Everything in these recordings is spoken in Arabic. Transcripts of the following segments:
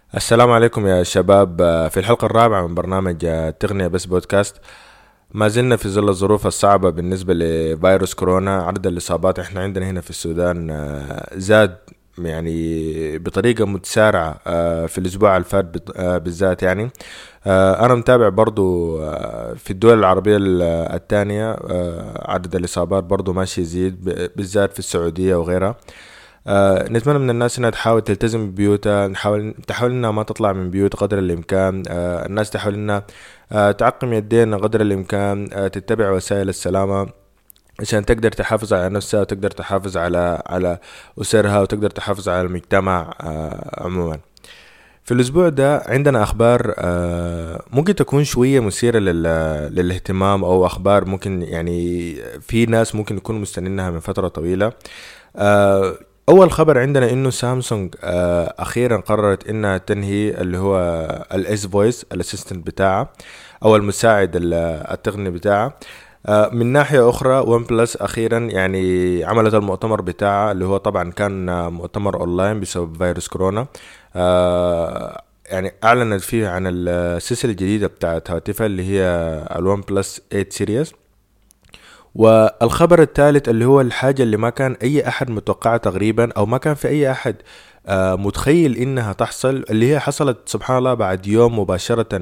السلام عليكم يا شباب. في الحلقة الرابعة من برنامج تغنية بس بودكاست. ما زلنا في ظل الظروف الصعبة بالنسبة لفيروس كورونا. عدد الإصابات احنا عندنا هنا في السودان زاد يعني بطريقة متسارعة في الأسبوع الفات بالذات يعني. أنا متابع برضو في الدول العربية التانية عدد الإصابات برضو ماشي يزيد بالذات في السعودية وغيرها. نتمنى من الناس انها تحاول تلتزم ببيوتها، تحاول انها ما تطلع من بيوت قدر الامكان. الناس تحاول انها تعقم يدين قدر الامكان، تتبع وسائل السلامة عشان تقدر تحافظ على نفسها وتقدر تحافظ على أسرها وتقدر تحافظ على المجتمع عموما. في الأسبوع ده عندنا أخبار ممكن تكون شوية مثيرة للاهتمام، أو أخبار ممكن يعني في ناس ممكن يكونوا مستنينها من فترة طويلة. آه، اول خبر عندنا انه سامسونج اخيرا قررت انها تنهي اللي هو الاس فويس الاسيستنت بتاعها او المساعد التقني بتاعها. من ناحية أخرى ون بلس أخيرا يعني عملت المؤتمر بتاعها اللي هو طبعا كان مؤتمر أونلاين بسبب فيروس كورونا. يعني أعلنت فيه عن السلسلة الجديدة بتاعت هاتفها اللي هي الون بلس 8 سيريس. والخبر الثالث اللي هو الحاجة اللي ما كان أي أحد متوقعها تقريبا، أو ما كان في أي أحد متخيل إنها تحصل، اللي هي حصلت سبحان الله بعد يوم مباشرة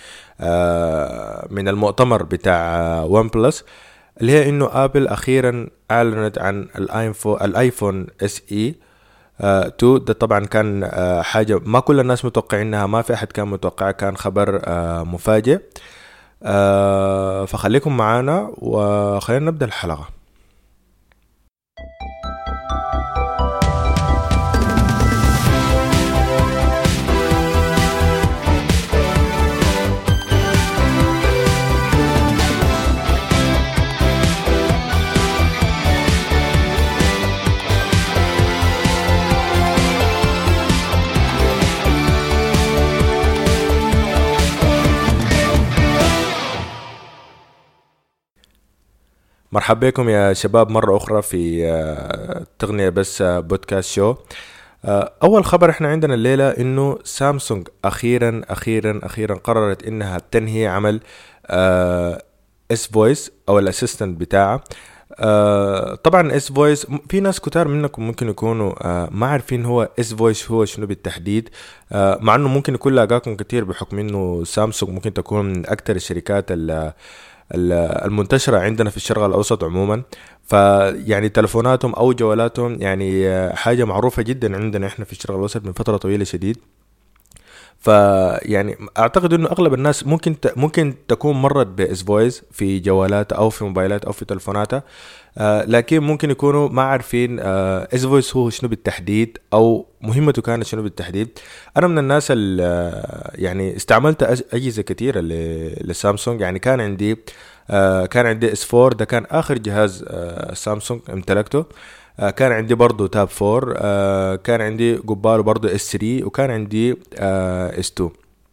من المؤتمر بتاع ون بلس، اللي هي إنه آبل أخيرا أعلنت عن الآيفون اس اي 2. ده طبعا كان حاجة ما كل الناس متوقعينها، ما في أحد كان متوقع، كان خبر مفاجئ. فخليكم معانا وخلينا نبدأ الحلقة. مرحبا بكم يا شباب مرة أخرى في تغنية بس بودكاست شو. أول خبر إحنا عندنا الليلة إنه سامسونج أخيرا قررت إنها تنهي عمل اس فويس أو الأسيستنت بتاعها. طبعا اس فويس في ناس كتار منكم ممكن يكونوا ما عارفين هو اس فويس هو شنو بالتحديد. مع انه ممكن يكون لاقاكم كتير بحكم انه سامسونج ممكن تكون من اكتر الشركات المنتشرة عندنا في الشرق الأوسط عموما. فيعني تلفوناتهم أو جوالاتهم يعني حاجة معروفة جدا عندنا إحنا في الشرق الأوسط من فترة طويلة شديد. فيعني اعتقد انه اغلب الناس ممكن تكون مرت باس فويس في جوالات او في موبايلات او في تلفوناتها. لكن ممكن يكونوا ما عارفين اس فويس هو شنو بالتحديد او مهمته كانت شنو بالتحديد. انا من الناس اللي يعني استعملت اجهزه كثيره لسامسونج. يعني كان عندي اس 4، ده كان اخر جهاز سامسونج امتلكته. كان عندي برضو تاب 4، كان عندي قباله برضو اس 3، وكان عندي اس 2.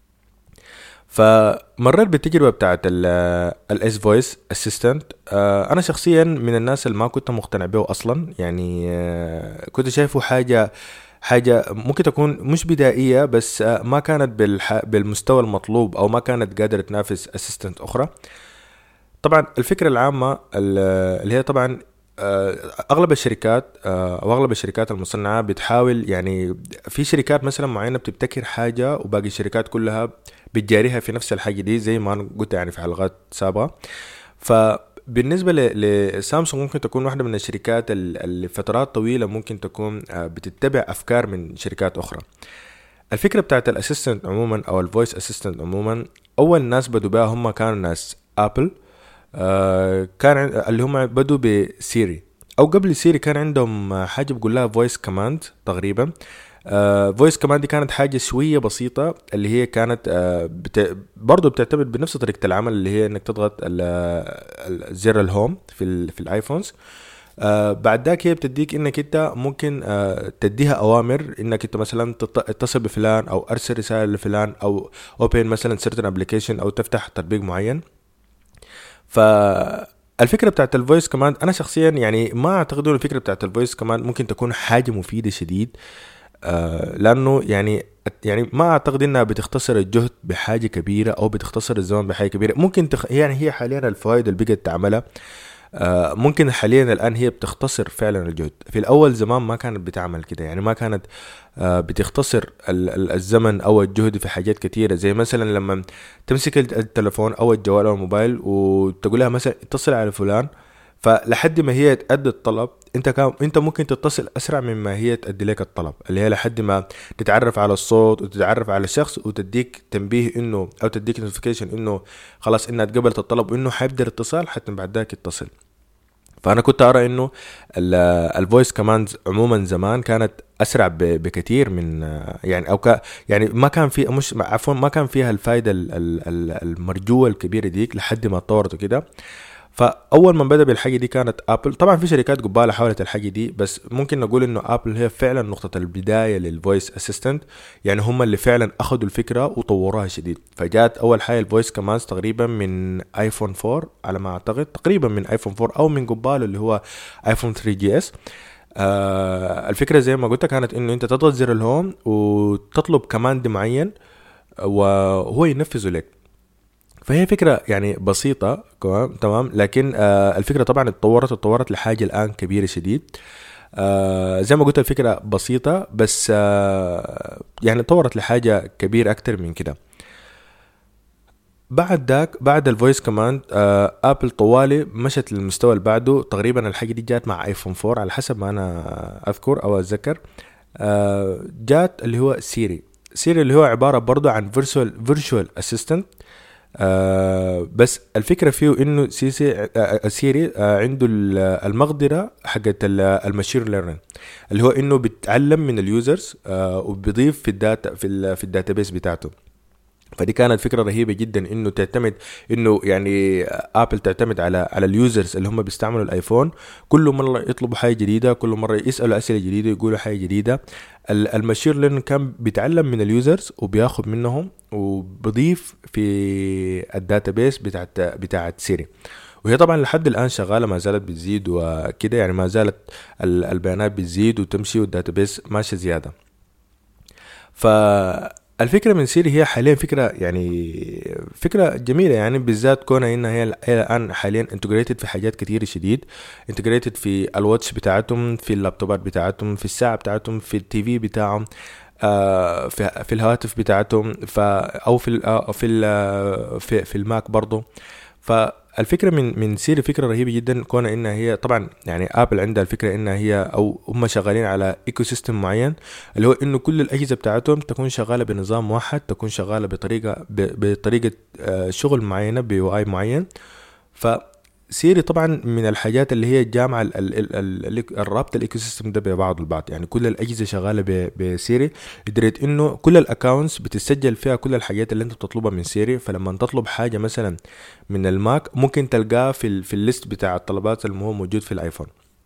فمريت بالتجربة بتاعت الاس فويس اسيستنت. انا شخصيا من الناس اللي ما كنت مقتنع به اصلا. يعني كنت شايفه حاجة ممكن تكون مش بدائية، بس ما كانت بالمستوى المطلوب، او ما كانت قادرة تنافس اسيستنت اخرى. طبعا الفكرة العامة اللي هي طبعا اغلب الشركات او اغلب الشركات المصنعه بتحاول، يعني في شركات مثلا معينه بتبتكر حاجه وباقي الشركات كلها بتجاريها في نفس الحاجه دي، زي ما أنا قلت يعني في حلقات سابقه. فبالنسبه لسامسونج ممكن تكون واحده من الشركات اللي فترات طويله ممكن تكون بتتبع افكار من شركات اخرى. الفكره بتاعت الاسيستنت عموما او الفويس اسيستنت عموما، اول ناس بدوا بها هم كانوا ناس ابل. كان اللي هم بدوا بسيري، او قبل سيري كان عندهم حاجه بقول لها فويس كوماند تقريبا. فويس كوماند دي كانت حاجه شويه بسيطه، اللي هي كانت برضو بتعتمد بنفس طريقه العمل، اللي هي انك تضغط زر الهوم في الايفونز. بعد ذاك هي بتديك انك انت ممكن تديها اوامر انك انت مثلا تتصل بفلان، او ارسل رساله لفلان، او اوبن مثلا certain ابلكيشن، او تفتح تطبيق معين. فالفكرة بتاعت الفويس كمان انا شخصيا يعني ما اعتقد ان الفكرة بتاعت الفويس كمان ممكن تكون حاجة مفيدة شديد. لانه يعني ما اعتقد انها بتختصر الجهد بحاجه كبيره او بتختصر الزمن بحاجه كبيره. ممكن يعني هي حاليا الفوائد اللي بقت تعملها ممكن حاليا الان هي بتختصر فعلا الجهد. في الاول زمان ما كانت بتعمل كده، يعني ما كانت بتختصر الزمن او الجهد في حاجات كتيره، زي مثلا لما تمسك التلفون او الجوال او الموبايل وتقول لها مثلا اتصل على فلان، فلحد ما هي تأدي الطلب انت ممكن تتصل اسرع مما هي تأدي لك الطلب، اللي هي لحد ما تتعرف على الصوت وتتعرف على الشخص وتديك تنبيه انه او تديك نوتيفيكيشن انه خلاص انها تقبلت الطلب وانه حيبدا الاتصال حتى بعد ذاك يتصل. فانا كنت ارى انه الفويس كماندز عموما زمان كانت اسرع بكثير من يعني يعني ما كان في مش عفوا ما كان فيها الفائده المرجوه الكبيره ديك لحد ما اتطورت كده. فاول ما بدا بالحاجه دي كانت ابل. طبعا في شركات قبالة حاولت الحاجه دي، بس ممكن نقول انه ابل هي فعلا نقطه البدايه للفويس اسيستنت، يعني هم اللي فعلا اخذوا الفكره وطوروها شديد. فجات اول حاجه الفويس كماندز تقريبا من ايفون 4 على ما اعتقد، تقريبا من ايفون 4 او من قباله اللي هو ايفون 3 جي اس. الفكره زي ما قلت كانت انه انت تضغط زر الهوم وتطلب كماند معين وهو ينفذه لك. فهي فكرة يعني بسيطة تمام، لكن الفكرة طبعا اتطورت لحاجة الآن كبيرة شديد. زي ما قلت الفكرة بسيطة، بس يعني اتطورت لحاجة كبيرة أكتر من كده. بعد الفويس كوماند ابل طوالي مشت للمستوى اللي بعده. تقريبا الحاجة دي جات مع ايفون 4 على حسب ما انا اذكر او اتذكر. جات اللي هو سيري اللي هو عبارة برضو عن فيرتشوال اسيستنت. بس الفكرة فيه انه سيري عنده المقدرة حقت الماشين ليرنينج، اللي هو انه بيتعلم من اليوزرز وبيضيف في الداتا في الداتابيس بتاعته. فدي كانت فكرة رهيبة جدا، انه تعتمد انه يعني ابل تعتمد على اليوزرز اللي هم بيستعملوا الايفون. كل مرة يطلبوا حاجة جديدة، كل مرة يسألوا اسئلة جديدة، يقولوا حاجة جديدة. الماشين ليرنينج كان بيتعلم من اليوزرز وبياخد منهم وبضيف في الداتابيس بتاعت سيري. وهي طبعا لحد الان شغاله، ما زالت بتزيد وكده، يعني ما زالت البيانات بتزيد وتمشي والداتابيس ماشيه زياده. فالفكره من سيري هي حاليا فكره جميله، يعني بالذات كونها انها هي الان حاليا انتجريتد في حاجات كتير شديد. انتجريتد في الواتش بتاعتهم، في اللابتوبات بتاعتهم، في الساعه بتاعتهم، في التي في بتاعهم، في الهواتف بتاعتهم، او في الماك برضو. فالفكره من سيري فكره رهيبه جدا، كون انها هي طبعا يعني ابل عندها الفكره انها هي او هم شغالين على ايكو سيستم معين، اللي هو انه كل الاجهزه بتاعتهم تكون شغاله بنظام واحد، تكون شغاله بطريقه شغل معينه بيو اي معين. سيري طبعا من الحاجات اللي هي جامعة الرابط الايكو سيستم ده ببعض البعض، يعني كل الاجهزه شغاله بسيري، لدرجه انه كل الاكونتس بتسجل فيها كل الحاجات اللي انت بتطلبها من سيري. فلما تطلب حاجه مثلا من الماك ممكن تلقاه في الليست بتاع الطلبات اللي هو موجود في الايفون.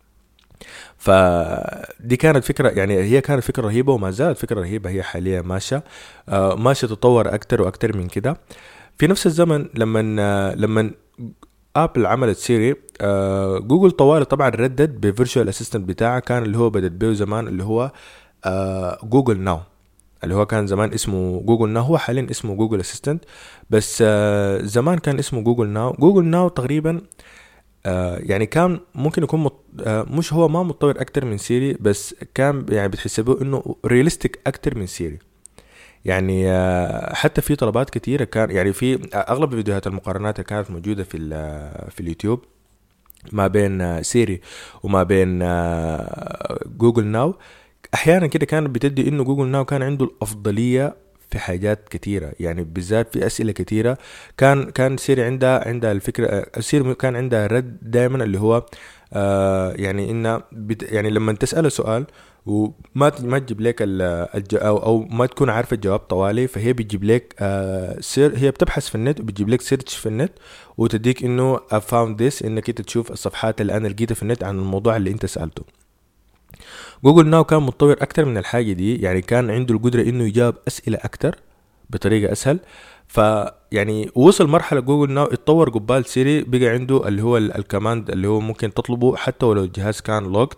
فدي كانت فكره، يعني هي كانت فكره رهيبه وما زالت فكره رهيبه. هي حاليا ماشيه تطور اكتر واكتر من كده. في نفس الزمن لما ابل عملت سيري، جوجل طوال طبعا ردد بفيرتشوال اسيستنت بتاعها، كان اللي هو بدت بيه زمان اللي هو جوجل ناو، اللي هو كان زمان اسمه جوجل ناو، هو حاليا اسمه جوجل اسيستنت، بس زمان كان اسمه جوجل ناو تقريبا. يعني كان ممكن يكون مش هو ما متطور اكتر من سيري، بس كان يعني بتحسبوه انه رياليستيك اكتر من سيري. يعني حتى في طلبات كتيرة كان يعني في اغلب فيديوهات المقارنات كانت موجودة في اليوتيوب ما بين سيري وما بين جوجل ناو. احيانا كده كانت بتدي انه جوجل ناو كان عنده الافضلية في حاجات كتيرة، يعني بالذات في اسئلة كتيرة. كان سيري عندها الفكرة، سيري كان عندها رد دائما اللي هو يعني يعني لما تسأله سؤال وما تجيب لك او ما تكون عارفه الجواب طوالي، فهي بتجيب لك هي بتبحث في النت وبتجيب لك سيرش في النت وتديك انه I found this، انك انت تشوف الصفحات اللي انا لقيتها في النت عن الموضوع اللي انت سألته. جوجل ناو كان متطور اكتر من الحاجه دي، يعني كان عنده القدره انه يجاوب اسئله اكتر بطريقه اسهل. فيعني وصل مرحله جوجل ناو اتطور قبال سيري، بقى عنده اللي هو الكماند اللي هو ممكن تطلبه حتى ولو الجهاز كان لوكد،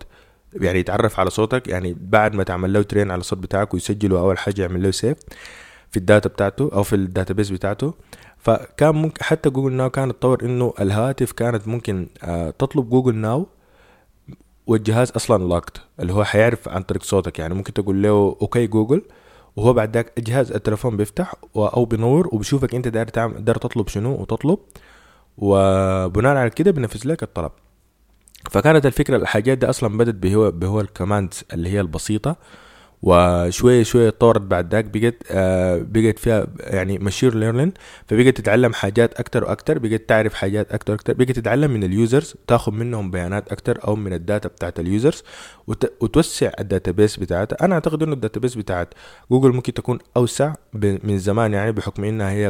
يعني يتعرف على صوتك، يعني بعد ما تعمل له ترين على الصوت بتاعك ويسجله، اول حاجه يعمل له سيف في الداتا بتاعته او في الداتابيس بتاعته. فكان ممكن حتى جوجل ناو كانت تطور انه الهواتف كانت ممكن تطلب جوجل ناو والجهاز اصلا لوكت، اللي هو حيعرف عن طريق صوتك. يعني ممكن تقول له اوكي جوجل، وهو بعد ذاك الجهاز التليفون بيفتح او بينور وبيشوفك انت داير تعمل، داير تطلب شنو وتطلب، وبناء على كده بينفذ لك الطلب. فكانت الفكرة الحاجات دي اصلا بدت بهو الكوماندز اللي هي البسيطة، وشوية شوية اتطورت بعد ذاك، بقت فيها يعني ماشين ليرنينج، فبقت تتعلم حاجات اكتر واكتر، بقت تعرف حاجات اكتر واكتر، بقت تتعلم من اليوزرز، تاخذ منهم بيانات اكتر او من الداتا بتاعت اليوزرز، وتوسع الداتابيس بتاعتها. انا اعتقد انه الداتابيس بتاعت جوجل ممكن تكون اوسع من زمان، يعني بحكم انها هي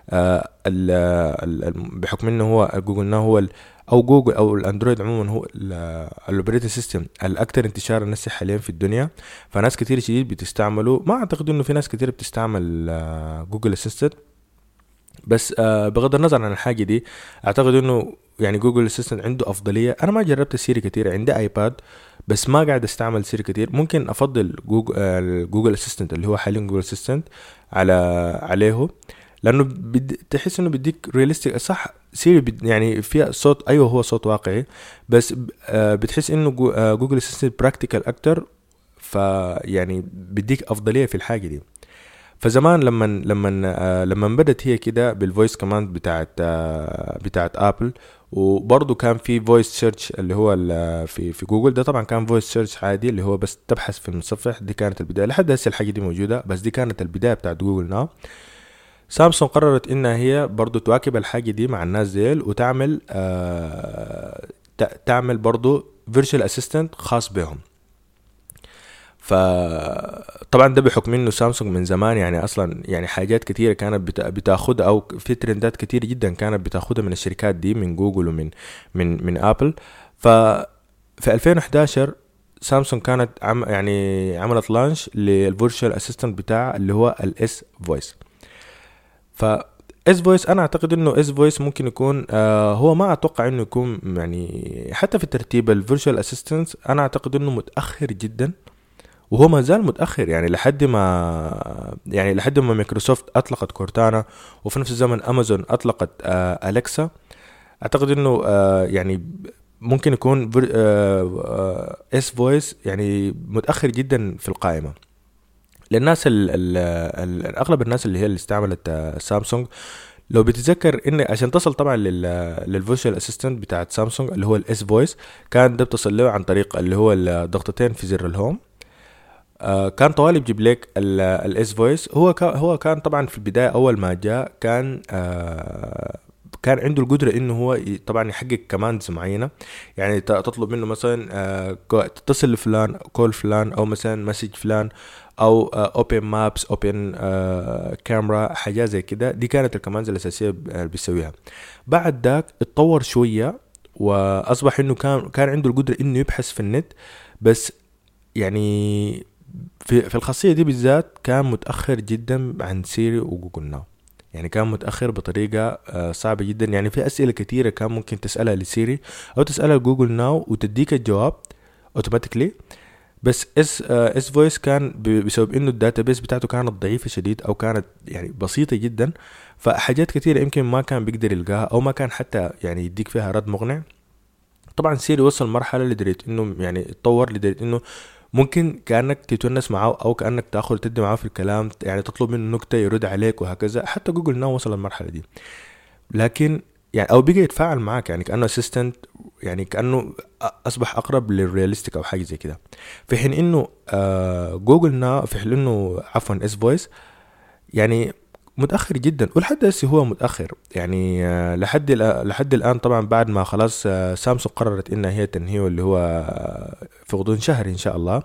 بحكم انه هو جوجل ناو هو او جوجل او الاندرويد عموما هو الاوبريتنج سيستم الاكثر انتشارا نفسه حاليا في الدنيا. فناس كتير شديد بتستعمله. ما اعتقد انه في ناس كتير بتستعمل جوجل اسيستنت، بس بغض النظر عن الحاجه دي، اعتقد انه يعني جوجل اسيستنت عنده افضليه. انا ما جربت سيري كتير، عندي ايباد بس ما قاعد استعمل سيري كتير. ممكن افضل جوجل اسيستنت اللي هو حاليا جوجل اسيستنت عليه، لانه تحس انه بيديك رياليستيك. صح سيري يعني فيها صوت، ايوه هو صوت واقعي، بس بتحس انه جوجل اسيستنت براكتيكال اكتر، فيعني بيديك افضليه في الحاجه دي. فزمان لما بدت هي كده بالفويس كوماند بتاعت ابل، وبرضه كان في فويس سيرش اللي هو في جوجل ده، طبعا كان فويس سيرش عادي اللي هو بس تبحث في المتصفح. دي كانت البدايه، لحد هسه الحاجه دي موجوده، بس دي كانت البدايه بتاعت جوجل ناو. سامسونج قررت انها هي برضو تواكب الحاجة دي مع الناس ديل، وتعمل تعمل برضو فيرتشوال اسيستنت خاص بهم. فطبعا ده بحكم انه سامسونج من زمان يعني اصلا يعني حاجات كتيرة كانت بتاخدها، او في ترندات كتير جدا كانت بتاخدها من الشركات دي، من جوجل ومن من ابل. ففي 2011 سامسونج كانت يعني عملت لانش للفيرتشوال اسيستنت بتاع اللي هو الاس فويس. ف اس فويس انا اعتقد انه اس فويس ممكن يكون هو ما اتوقع انه يكون يعني حتى في ترتيب الفيرتشوال اسيستنت انا اعتقد انه متاخر جدا، وهو ما زال متاخر. يعني لحد ما مايكروسوفت اطلقت كورتانا، وفي نفس الزمن امازون اطلقت اليكسا. اعتقد انه يعني ممكن يكون اس فويس يعني متاخر جدا في القائمه. للناس اغلب الناس اللي هي اللي استعملت سامسونج، لو بتتذكر ان عشان تصل طبعا للفيرتشوال اسيستنت بتاعت سامسونج اللي هو الاس فويس، كان ده بتصل له عن طريق اللي هو الضغطتين في زر الهوم. كان طوالي بيجيب لك الاس فويس. هو كان طبعا في البدايه اول ما جاء كان عنده القدرة انه هو طبعا يحقق كماندز معينة. يعني تطلب منه مثلا تتصل لفلان، كول فلان، او مثلا مسج فلان، او اوبن مابس، اوبن كاميرا، حاجات زي كده. دي كانت الكماندز الاساسية اللي بيسويها. بعد ذاك اتطور شوية، واصبح انه كان عنده القدرة انه يبحث في النت. بس يعني في الخاصية دي بالذات كان متأخر جدا عن سيري وجوجل ناو. يعني كان متأخر بطريقة صعبة جدا. يعني في أسئلة كتيرة كان ممكن تسألها لسيري أو تسألها لجوجل ناو وتديك الجواب اوتوماتيكلي. بس اس فويس كان بسبب انه الداتابيس بتاعته كانت ضعيفة شديد، او كانت يعني بسيطة جدا، فحاجات كتيرة يمكن ما كان بيقدر يلقاها، او ما كان حتى يعني يديك فيها رد مقنع. طبعا سيري وصل مرحلة لدرجة انه يعني اتطور لدرجة انه ممكن كأنك تتونس معه، او كأنك تاخذ تدي معه في الكلام، يعني تطلب منه نكتة يرد عليك وهكذا. حتى جوجل ناو وصل المرحلة دي، لكن يعني او بيجي يتفاعل معك يعني كأنه اسيستنت، يعني كأنه اصبح اقرب للرياليستيك او حاجة زي كده. في حين انه جوجل ناو، في حين انه عفوا اس فويس يعني متأخر جدا، ولحد هسه هو متأخر. يعني لحد الآن طبعا بعد ما خلاص سامسونج قررت انها هي تنهيه اللي هو في غضون شهر ان شاء الله.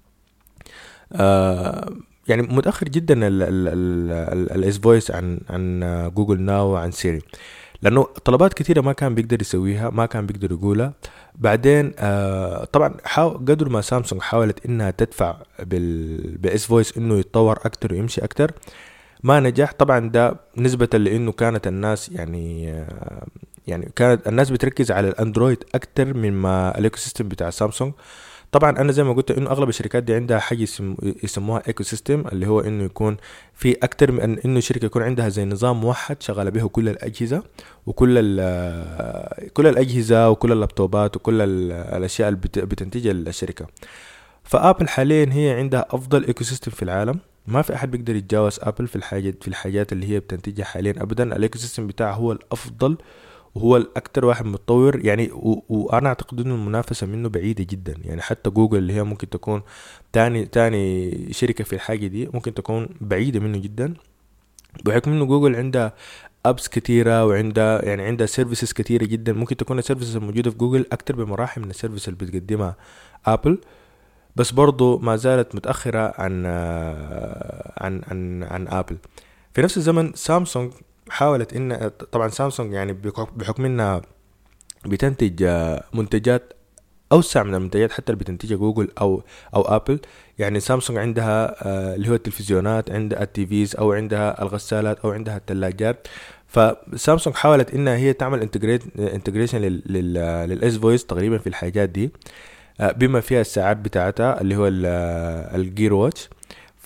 يعني متأخر جدا الاس فويس عن جوجل ناو وعن سيري، لانه طلبات كثيره ما كان بيقدر يسويها، ما كان بيقدر يقولها. بعدين طبعا قدر ما سامسونج حاولت انها تدفع باس فويس انه يتطور اكتر ويمشي اكتر، ما نجح. طبعا ده نسبة لانه كانت الناس يعني كانت الناس بتركز على الاندرويد اكتر من ما الايكو سيستم بتاع سامسونج. طبعا انا زي ما قلت انه اغلب الشركات دي عندها حاجه يسموها ايكو سيستم، اللي هو انه يكون في اكتر من انه شركه يكون عندها زي نظام موحد شغاله به كل الاجهزه وكل كل الاجهزه وكل اللابتوبات وكل الاشياء اللي بتنتجها الشركه. فابل حاليا هي عندها افضل ايكو سيستم في العالم، ما في احد بيقدر يتجاوز ابل في الحاجات اللي هي بتنتجها حاليا ابدا. الايكو سيستم بتاعها هو الافضل وهو الاكتر واحد متطور يعني، وانا اعتقد انه المنافسه منه بعيده جدا يعني. حتى جوجل اللي هي ممكن تكون تاني شركه في الحاجه دي ممكن تكون بعيده منه جدا، بحكم انه جوجل عندها ابس كتيره وعندها يعني عندها سيرفيسز كتيره جدا. ممكن تكون السيرفيسز الموجوده في جوجل اكتر بمراحل من السيرفيس اللي بتقدمها ابل، بس برضو ما زالت متأخرة عن ابل. في نفس الزمن سامسونج حاولت ان طبعا سامسونج يعني بحكم انها بتنتج منتجات اوسع من المنتجات حتى اللي بتنتجها جوجل او ابل. يعني سامسونج عندها اللي هو التلفزيونات، عندها التيفيز، او عندها الغسالات، او عندها الثلاجات. فسامسونج حاولت انها هي تعمل انتجريشن للاس فويس تقريبا في الحاجات دي، بما فيها الساعات بتاعتها اللي هو الجير واتش. ف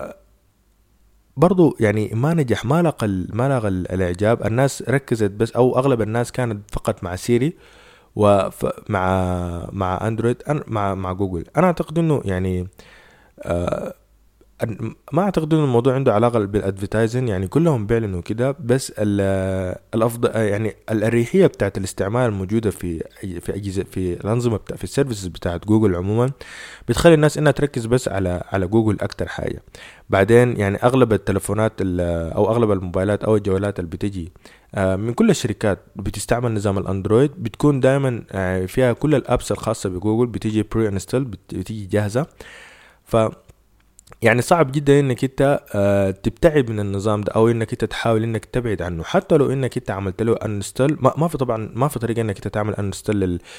برضو يعني ما نجح، ما لقى الاعجاب. الناس ركزت بس، او اغلب الناس كانت فقط مع سيري ومع اندرويد مع جوجل. انا اعتقد انه يعني ما اعتقد ان الموضوع عنده علاقه بالادفيرتايزنج، يعني كلهم بيعلنوا كده، بس الافضل يعني الاريحيه بتاعت الاستعمال الموجوده في اجهزه في الانظمه في السيرفيسز بتاعت جوجل عموما بتخلي الناس انها تركز بس على جوجل اكتر حاجه. بعدين يعني اغلب التلفونات او اغلب الموبايلات او الجوالات اللي بتجي من كل الشركات بتستعمل نظام الاندرويد بتكون دائما فيها كل الابس الخاصه بجوجل بتيجي بري انستل، بتيجي جاهزه. ف يعني صعب جدا انك انت تبتعد من النظام ده، او انك انت تحاول انك تبعد عنه. حتى لو انك انت عملت له انستل، ما في طبعا ما في طريقه انك انت تعمل انستل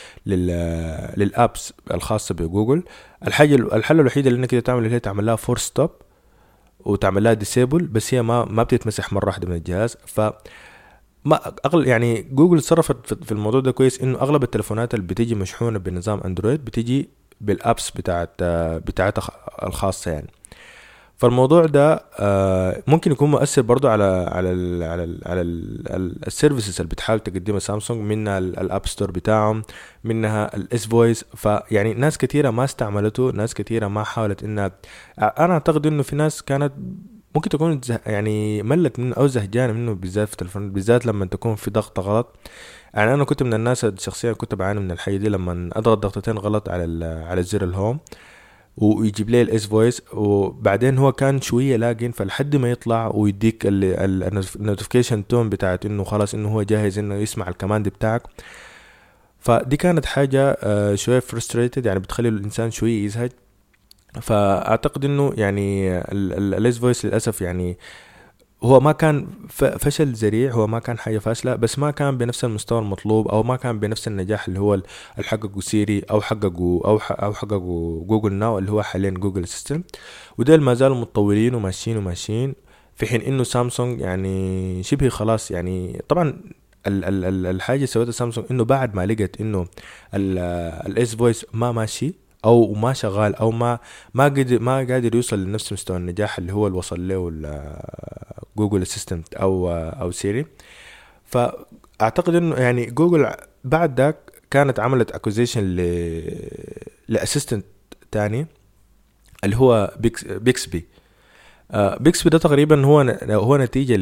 للابس الخاصه بجوجل. الحل الوحيد اللي انك انت تعمل هي تعمل لها فور ستوب وتعمل لها ديسيبل، بس هي ما بتتمسح مره واحده من الجهاز. ف ما يعني جوجل صرفت في الموضوع ده كويس، انه اغلب التليفونات اللي بتيجي مشحونه بنظام اندرويد بتيجي بالابس بتاعتها الخاصه يعني. فالموضوع ده ممكن يكون مؤثر برضو على السيرفيسز اللي بتحاول تقدمها سامسونج، منها الاب ستور بتاعهم، منها الاس فويس. فيعني ناس كتيره ما استعملته، ناس كتيره ما حاولت انها. انا اعتقد انه في ناس كانت ممكن تكون يعني ملت منه او زهجانه منه، بالذات في التليفون، بالذات لما تكون في ضغط غلط. يعني انا كنت من الناس الشخصيه كنت بعاني من الحاجه دي، لما اضغط ضغطتين غلط على زر الهوم ويجيب لي الاس فويس، وبعدين هو كان شويه لاجن، فلحد ما يطلع ويديك النوتيفيكيشن تون بتاعت انه خلاص انه هو جاهز انه يسمع الكماند بتاعك. فدي كانت حاجه شويه فرستريتد، يعني بتخلي الانسان شويه يزهج. فاعتقد انه يعني الاس فويس للاسف يعني هو ما كان فشل ذريع، هو ما كان حاجة فاشلة، بس ما كان بنفس المستوى المطلوب، او ما كان بنفس النجاح اللي هو اللي حققه سيري او حققه جوجل ناو اللي هو حاليا جوجل اسيستنت. وده ما زالوا متطورين وماشيين، في حين انه سامسونج يعني شبه خلاص. يعني طبعا الحاجة سويتها سامسونج انه بعد ما لقت انه الاس فويس ما ماشي او ما شغال، او ما قادر يوصل لنفس مستوى النجاح اللي هو اللي وصل له جوجل اسيستنت او سيري. فاعتقد انه يعني جوجل بعد ذاك كانت عملت اكوزيشن لاسيستنت تاني اللي هو بيكسبي. بيكسبي ده تقريبا هو نتيجة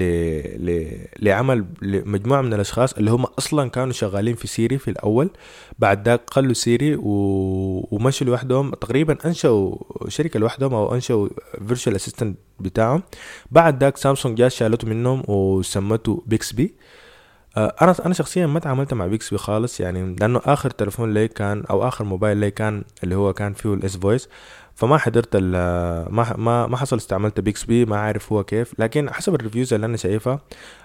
لعمل مجموعة من الاشخاص اللي هم اصلا كانوا شغالين في سيري في الاول، بعد ذاك قلوا سيري ومشوا لوحدهم، تقريبا انشأوا شركة لوحدهم او انشأوا فيرتشوال اسيستنت بتاعهم. بعد ذاك سامسونج جاء شالته منهم وسمته بيكسبي. انا شخصيا ما تعاملت مع بيكسبي خالص، يعني لانه اخر تلفون لي كان او اخر موبايل لي كان اللي هو كان فيه الاس فويس، فما حضرت ما حصل استعملت بيكسبي، ما عارف هو كيف. لكن حسب الريفيوز اللي انا شايفها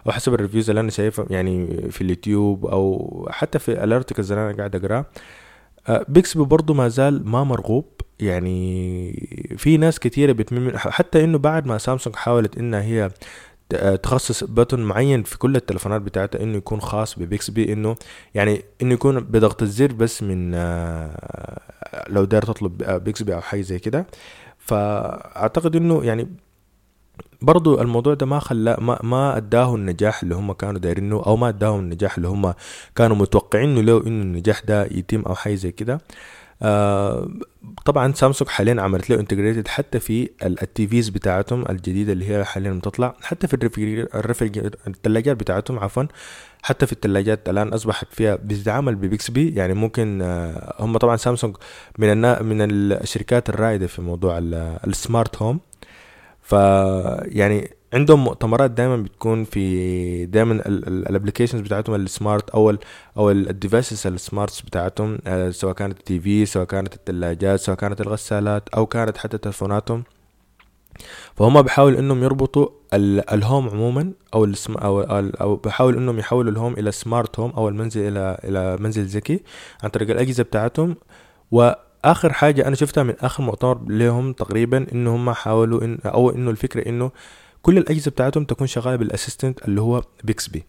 يعني في اليوتيوب او حتى في الارتكلز اللي انا قاعد اقراه، بيكسبي برضو ما زال ما مرغوب. يعني في ناس كتيرة بتميل، حتى انه بعد ما سامسونج حاولت انها هي تخصص بutton معين في كل التلفونات بتاعتها انه يكون خاص ببيكسبي، انه يعني انه يكون بضغط الزر بس من لو داير تطلب بيكسبي او حاجه زي كده. فاعتقد انه يعني برضو الموضوع ده ما خلى ما اداه النجاح اللي هم كانوا دايرينه، او ما اداهم النجاح اللي هم كانوا متوقعينه لو انه النجاح ده يتم او حاجه زي كده. آه طبعا سامسونج حاليا عملت له انتجريتد حتى في التيفيز بتاعتهم الجديده اللي هي حاليا بتطلع، حتى في الثلاجات بتاعتهم عفوا، حتى في الثلاجات الان اصبحت فيها بتتعامل ببيكسبي. يعني ممكن هم طبعا سامسونج من الشركات الرائده في موضوع السمارت هوم. ف يعني عندهم مؤتمرات دايما بتكون في دايما الابلكيشنز بتاعتهم السمارت او الديفايسز السمارت بتاعتهم، سواء كانت التي في، سواء كانت الثلاجات، سواء كانت الغسالات، او كانت حتى تلفوناتهم. فهم بيحاولوا انهم يربطوا الهوم عموما او بيحاولوا انهم يحولوا الهوم الى سمارت هوم، او المنزل الى منزل ذكي عن طريق الاجهزه بتاعتهم. واخر حاجه انا شفتها من اخر مؤتمر لهم تقريبا انه هم حاولوا انه الفكره انه كل الاجهزه بتاعتهم تكون شغاله بالاسيستنت اللي هو بيكسبي.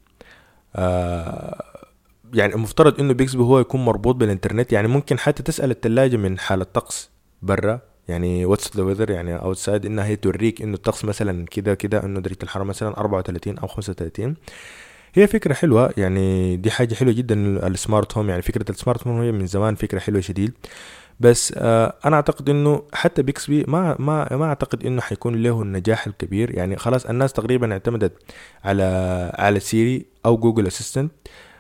يعني المفترض انه بيكسبي هو يكون مربوط بالانترنت، يعني ممكن حتى تسال الثلاجه من حاله الطقس برا، يعني واتس ذا ويذر يعني اوتسايد، انها هي توريك انه الطقس مثلا كده كده، انه درجه الحراره مثلا 34 او 35. هي فكره حلوه، يعني دي حاجه حلوه جدا السمارت هوم. يعني فكره السمارت هوم هي من زمان فكره حلوه شديد، بس انا اعتقد انه حتى بيكسبي ما اعتقد انه حيكون له النجاح الكبير. يعني خلاص الناس تقريبا اعتمدت على سيري او جوجل اسيستنت.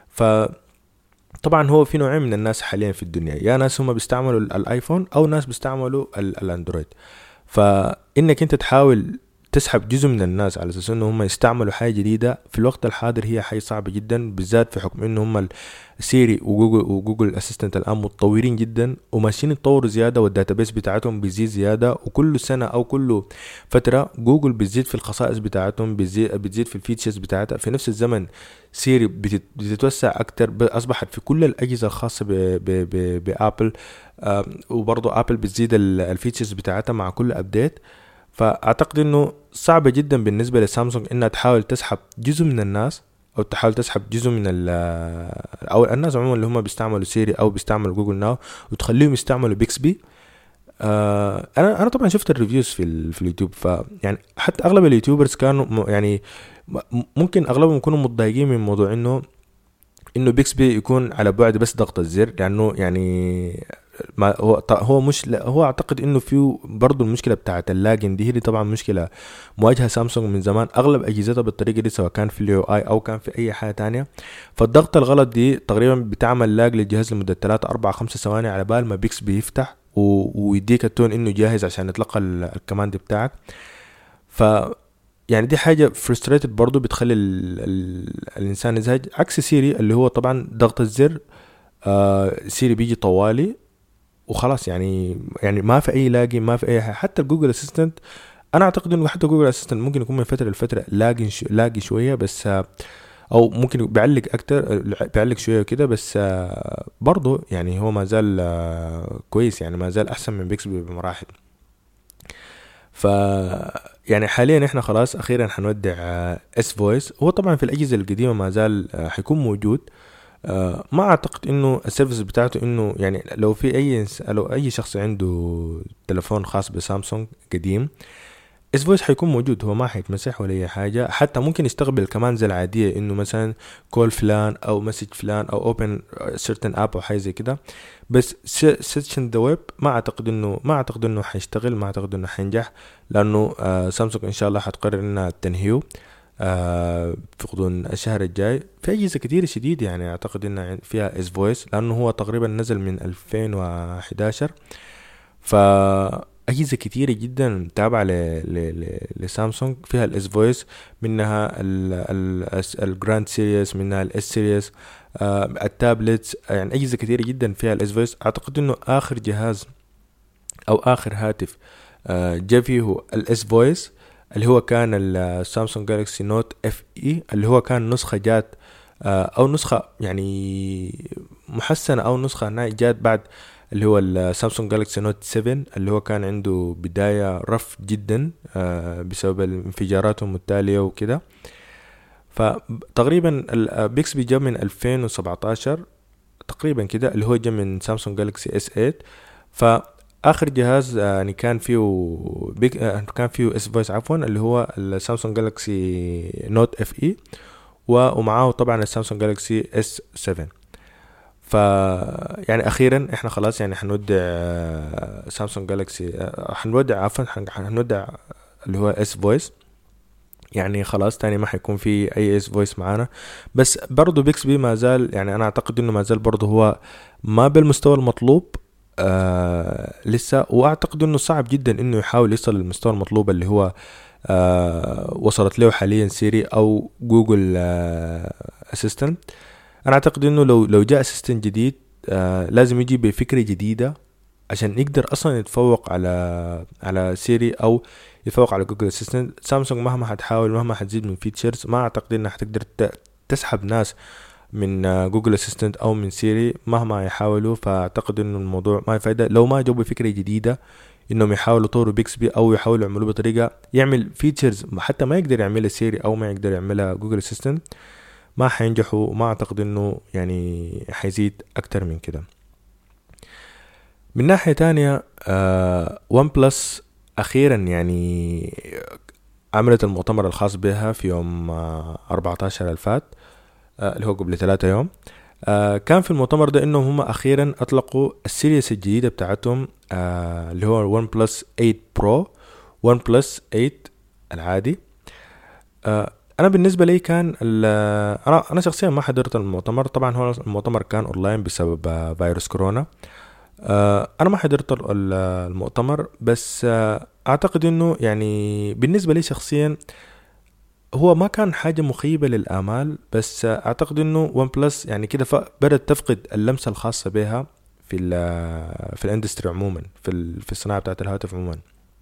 فطبعا هو في نوعين من الناس حاليا في الدنيا، يا ناس هم بيستعملوا الايفون او ناس بيستعملوا الاندرويد. فانك انت تحاول تسحب جزء من الناس على اساس انه هم يستعملوا حاجه جديده في الوقت الحاضر هي حاجه صعبه جدا، بالذات في حكم انه هم سيري وجوجل اسيستنت الان متطورين جدا وماشيين يتطوروا زياده، والداتابيس بتاعتهم بيزيد زياده، وكل سنه او كل فتره جوجل بتزيد في الخصائص بتاعتهم، بتزيد في الفيتشرز بتاعتها. في نفس الزمن سيري بتتوسع اكتر، اصبحت في كل الاجهزه الخاصه بابل، وبرضه ابل بتزيد الفيتشرز بتاعتها مع كل ابديت. فاعتقد انه صعبة جدا بالنسبة لسامسونج انها تحاول تسحب جزء من الناس، او تحاول تسحب جزء من او الناس عموما اللي هم بيستعملوا سيري او بيستعملوا جوجل ناو، وتخليهم يستعملوا بيكسبي. انا طبعا شفت الريفيوز في اليوتيوب، فيعني حتى اغلب اليوتيوبرز كانوا يعني ممكن اغلبهم يكونوا متضايقين من موضوع انه بيكسبي يكون على بعد بس ضغط الزر، لانه يعني ما هو مش هو اعتقد انه فيه برضو المشكله بتاعت اللاجن دي، هي دي طبعا مشكله مواجهه سامسونج من زمان، اغلب اجهزتها بالطريقه دي سواء كان في اليو اي او كان في اي حاجه تانية. فالضغط الغلط دي تقريبا بتعمل لاج للجهاز لمده 3 4 5 ثواني على بال ما بيكسبي يفتح ويديك التون انه جاهز عشان يتلقى الكماند بتاعك. ف يعني دي حاجة frustrated برضو بتخلي الإنسان يزهج، عكس سيري اللي هو طبعا ضغط الزر. سيري بيجي طوالي وخلاص، يعني ما في أي لاجي، ما في أي حاجة. حتى الجوجل أسيستنت أنا أعتقد إنه حتى جوجل أسيستنت ممكن يكون من فترة لفترة لاجي شوية، بس أو ممكن بيعلق أكتر، بيعلق شوية كده، بس برضو يعني هو ما زال كويس، يعني ما زال أحسن من بيكسبي بمراحل. ف يعني حاليا احنا خلاص اخيرا حنودع اس فويس. هو طبعا في الاجهزه القديمه ما زال حيكون موجود. ما اعتقد انه السيرفيس بتاعته انه يعني لو اي شخص عنده تلفون خاص بسامسونج قديم، اس فويس حيكون موجود، هو ما حيتمسح ولا اي حاجه. حتى ممكن يستقبل كمان زي العاديه، انه مثلا كول فلان او مسج فلان او اوبن سيرتن اب او حاجه زي كده. بس سيرشن ذا ويب ما اعتقد انه حيشتغل، ما اعتقد انه حينجح، لانه سامسونج ان شاء الله حتقرر انها تنهيه في غضون الشهر الجاي. في اجهزه كتير شديد يعني اعتقد انها فيها اس فويس، لانه هو تقريبا نزل من 2011. ف اجهزه كتيره جدا تابعه لسامسونج فيها الاس فويس، منها الجراند سيريس، منها الاس سيريس، التابلتس. يعني اجهزه كتيره جدا فيها الاس فويس. اعتقد انه اخر جهاز او اخر هاتف جا فيه الاس فويس اللي هو كان السامسونج جالكسي نوت اف اي، اللي هو كان نسخه جات او نسخه يعني محسنه، او نسخه جات بعد اللي هو السامسونج جالاكسي نوت 7 اللي هو كان عنده بداية رف جدا بسبب الانفجارات المتالية وكده. فتقريبا بيكسبي جاء من 2017 تقريبا كده، اللي هو جاء من سامسونج جالاكسي اس 8. فآخر جهاز يعني كان فيه كان فيه اس فويس عفوا، اللي هو السامسونج جالاكسي نوت اف اي، ومعاه طبعا السامسونج جالاكسي اس 7. يعني اخيرا احنا خلاص يعني حنودع سامسونج جالاكسي، حنودع عفوا حنودع اللي هو اس فويس، يعني خلاص تاني ما حيكون في اي اس فويس معانا. بس برضو بيكسبي ما زال، يعني انا اعتقد انه ما زال برضو هو ما بالمستوى المطلوب لسه، واعتقد انه صعب جدا انه يحاول يصل للمستوى المطلوب اللي هو وصلت له حاليا سيري او جوجل اسيستنت. انا اعتقد انه لو جاء اسيستنت جديد لازم يجي بفكرة جديدة عشان يقدر اصلا يتفوق على سيري او يتفوق على جوجل اسيستنت. سامسونج مهما حتحاول مهما حتزيد من فيتشرز ما اعتقد انها حتقدر تسحب ناس من جوجل اسيستنت او من سيري مهما يحاولوا. فاعتقد انه الموضوع ما فايدة لو ما جابوا فكرة جديدة انهم يحاولوا يطوروا بيكسبي او يحاولوا يعملوا بطريقة يعمل فيتشرز حتى ما يقدر يعملها سيري او ما يقدر يعملها جوجل اسيستنت. ما حينجحوا وما اعتقد انه يعني حيزيد اكتر من كده. من ناحية تانية ون بلس اخيرا يعني عملت المؤتمر الخاص بها في يوم 14 الفات اللي هو قبل 3 يوم. كان في المؤتمر ده انهم هم اخيرا اطلقوا السيريس الجديدة بتاعتهم اللي هو ون بلس 8 برو، ون بلس 8 العادي. انا بالنسبه لي كان انا شخصيا ما حضرت المؤتمر، طبعا هو المؤتمر كان اونلاين بسبب فيروس كورونا. انا ما حضرت المؤتمر، بس اعتقد انه يعني بالنسبه لي شخصيا هو ما كان حاجه مخيبه للامال، بس اعتقد انه ون بلس يعني كده بدات تفقد اللمسه الخاصه بها في الاندستري عموما، في الصناعه بتاعت الهاتف عموما.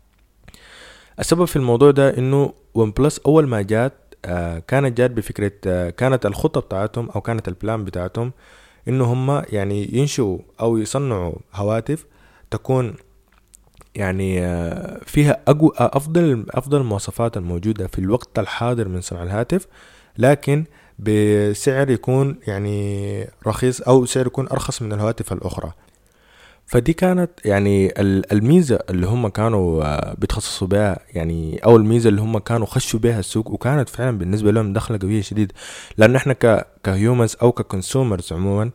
السبب في الموضوع ده انه ون بلس اول ما جات كانت جات بفكرة كانت الخطة بتاعتهم او كانت البلان بتاعتهم انه هم يعني ينشئوا او يصنعوا هواتف تكون يعني فيها افضل المواصفات الموجودة في الوقت الحاضر من صنع الهاتف، لكن بسعر يكون يعني رخيص او سعر يكون ارخص من الهواتف الاخرى. فدي كانت يعني الميزة اللي هم كانوا بيتخصصوا بها، يعني او الميزة اللي هم كانوا خشوا بها السوق، وكانت فعلا بالنسبة لهم دخلة قوية شديد. لان احنا كهيومنز او ككونسومرز عموما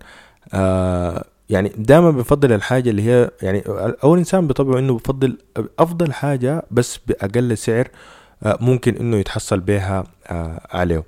يعني دائما بفضل الحاجة اللي هي يعني اول انسان بطبعه انه بفضل افضل حاجة بس باقل سعر ممكن انه يتحصل بها عليه.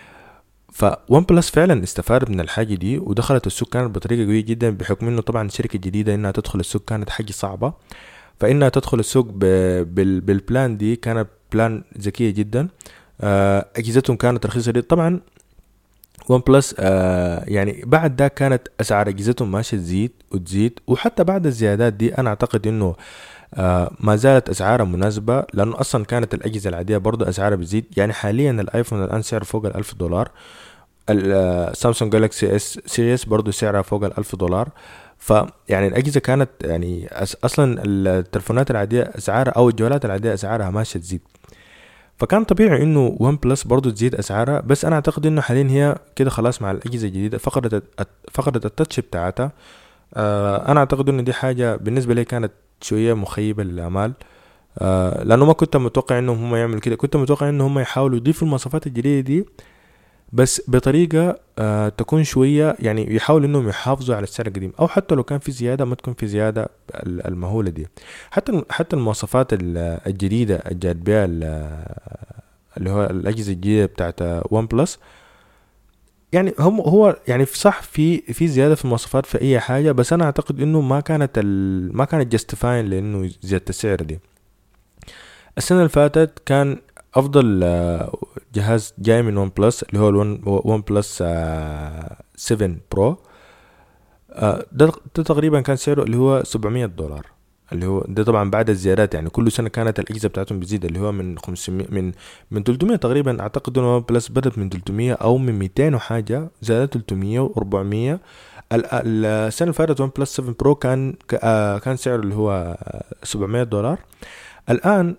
فون بلس فعلا استفادت من الحاجة دي ودخلت السوق كانت بطريقة قوية جدا، بحكم انه طبعا الشركة الجديدة انها تدخل السوق كانت حاجة صعبة، فانها تدخل السوق بالبلان دي كانت بلان ذكية جدا. اجهزتهم كانت رخيصة جدا طبعا. ون بلس يعني بعد ده كانت اسعار اجهزتهم ماشية تزيد، وحتى بعد الزيادات دي انا اعتقد انه ما زالت اسعارها مناسبة، لانه اصلا كانت الاجهزة العادية برضو اسعارها بتزيد. يعني حاليا الايفون الان سعره فوق $1000، السامسونج جالاكسي اس سيريس برضو سعرها فوق $1000. فيعني الاجهزة كانت يعني اصلا التلفونات العادية اسعارها او الجوالات العادية اسعارها ماشية تزيد، فكان طبيعي انه ون بلس برضو تزيد اسعارها. بس انا اعتقد انه حاليا هي كده خلاص مع الاجهزة الجديدة فقدت التاتش بتاعتها. انا اعتقد انه دي حاجة بالنسبة لي كانت شوية مخيبة للامال، لانه ما كنت متوقع انهم هم يعملوا كده. كنت متوقع انهم هم يحاولوا يضيفوا المواصفات الجديدة دي بس بطريقة تكون شوية يعني يحاولوا انهم يحافظوا على السعر القديم، او حتى لو كان في زيادة ما تكون في زيادة المهولة دي. حتى المواصفات الجديدة الجاد بها اللي هو الاجهزة الجديدة بتاعت ون بلس، يعني هو يعني صح في زيادة في المواصفات في اي حاجة، بس انا اعتقد انه ما كانت جاستيفاين لانه زيادة السعر دي. السنة اللي فاتت كان افضل جهاز جاي من ون بلس اللي هو ون بلس 7 برو. ده تقريبا كان سعره اللي هو $700، اللي هو ده طبعا بعد الزيادات. يعني كل سنة كانت الأجهزة بتاعتهم بتزيد، اللي هو من 500 من 300 تقريبا. اعتقد انه ون بلس بدأت من 300 او من 200 وحاجة، زادت 300 و400. السنة اللي فاتت ون بلس 7 برو كان سعره اللي هو $700. الآن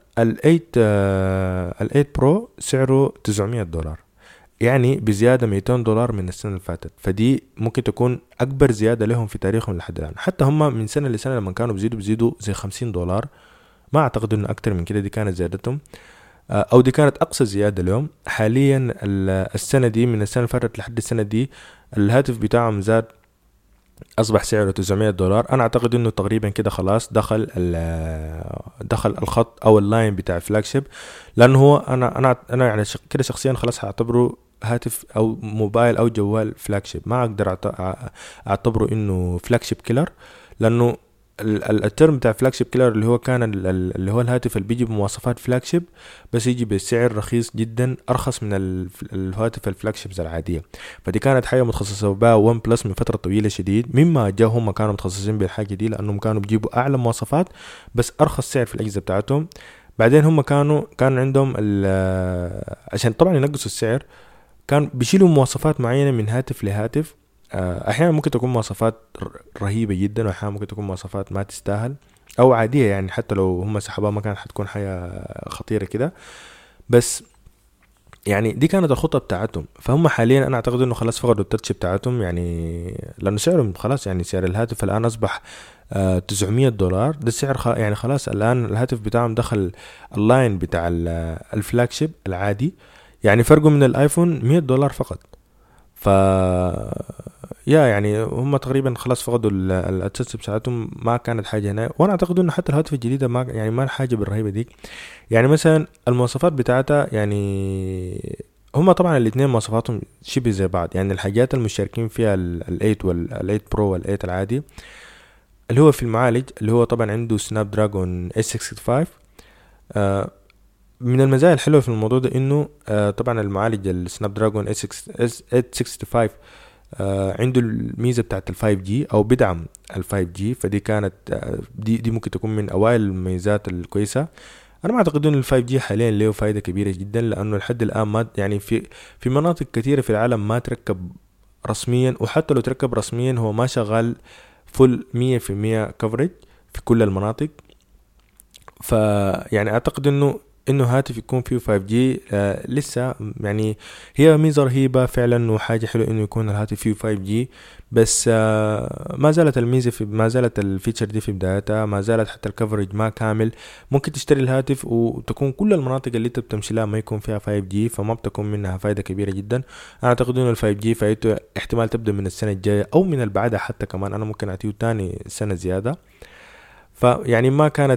ال8 برو سعره $900، يعني بزيادة $200 من السنة اللي فاتت. فدي ممكن تكون أكبر زيادة لهم في تاريخهم لحد الآن. حتى هم من سنة لسنة لما كانوا بيزيدوا زي $50، ما أعتقد إنه أكتر من كده دي كانت زيادتهم، أو دي كانت أقصى زيادة لهم. حاليا السنة دي من السنة اللي فاتت لحد السنة دي الهاتف بتاعهم زاد، أصبح سعره $900. أنا أعتقد إنه تقريبا كده خلاص دخل الخط أو اللاين بتاع فلاجشيب، لأنه هو أنا يعني كده شخصيا خلاص هعتبره هاتف أو موبايل أو جوال فلاجشيب. ما أقدر أعتبره إنه فلاجشيب كيلر، لأنه الترم بتاع فلاجشيب كيلر اللي هو كان اللي هو الهاتف اللي بيجي بمواصفات فلاجشيب بس يجي بسعر رخيص جدا، ارخص من الهواتف الفلاجشيبز العاديه. فدي كانت حاجه متخصصه بها ون بلس من فتره طويله شديد، مما جاء هم كانوا متخصصين بالحاجه دي لانهم كانوا بيجيبوا اعلى مواصفات بس ارخص سعر في الاجهزه بتاعتهم. بعدين هم كان عندهم عشان طبعا ينقصوا السعر كان بيشيلوا مواصفات معينه من هاتف لهاتف. احيانا ممكن تكون مواصفات رهيبة جدا، واحيانا ممكن تكون مواصفات ما تستاهل او عادية، يعني حتى لو هم سحبوها ما كانت حتكون حاجة خطيرة كده. بس يعني دي كانت الخطة بتاعتهم. فهم حاليا انا اعتقد انه خلاص فقدوا التاتش بتاعتهم، يعني لانه سعرهم خلاص، يعني سعر الهاتف الان اصبح $900. ده السعر يعني خلاص الان الهاتف بتاعهم دخل اللاين بتاع الفلاجشيب العادي، يعني فرقه من الايفون $100 فقط. ف يعني هم تقريبا خلاص فقدوا التاتش بتاعتهم، ما كانت حاجه هنا. وانا اعتقد انه حتى الهواتف الجديده ما يعني ما الحاجه بالرهيبه دي. يعني مثلا المواصفات بتاعتها، يعني هم طبعا الاثنين مواصفاتهم شبه زي بعض. يعني الحاجات المشتركين فيها ال8 وال8 برو وال8 العادي اللي هو في المعالج اللي هو طبعا عنده سناب دراجون S65. من المزايا الحلوه في الموضوع ده انه طبعا المعالج السناب دراجون S65 عنده الميزة بتاعت ال5G او بدعم ال5G. فدي كانت دي ممكن تكون من اوائل الميزات الكويسة. انا ما اعتقد ان ال5G حاليا له فايدة كبيرة جدا، لانه لحد الان ما يعني في مناطق كثيرة في العالم ما تركب رسميا، وحتى لو تركب رسميا هو ما شغال فل 100% كفرج في كل المناطق. فيعني اعتقد انه هاتف يكون فيه 5G لسه يعني هي ميزة رهيبة فعلا وحاجة حلوة انه يكون الهاتف فيه 5G. بس ما زالت الميزة ما زالت الفيتشر دي في بدايتها، ما زالت حتى الكفرج ما كامل. ممكن تشتري الهاتف وتكون كل المناطق اللي انت بتمشي لها ما يكون فيها 5G، فما بتكون منها فايدة كبيرة جدا. انا اعتقد انه ال 5G فايدته احتمال تبدأ من السنة الجاية او من البعدها حتى كمان. انا ممكن اعطيه تاني سنة زيادة. فيعني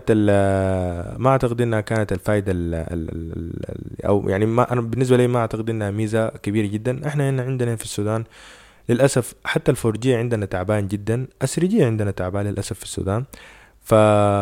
ما اعتقد انها كانت الفائده او يعني ما انا بالنسبه لي ما اعتقد انها ميزه كبيره جدا. احنا هنا عندنا في السودان للاسف حتى الفور جي عندنا تعبان جدا، الثري عندنا تعبان للاسف في السودان. ف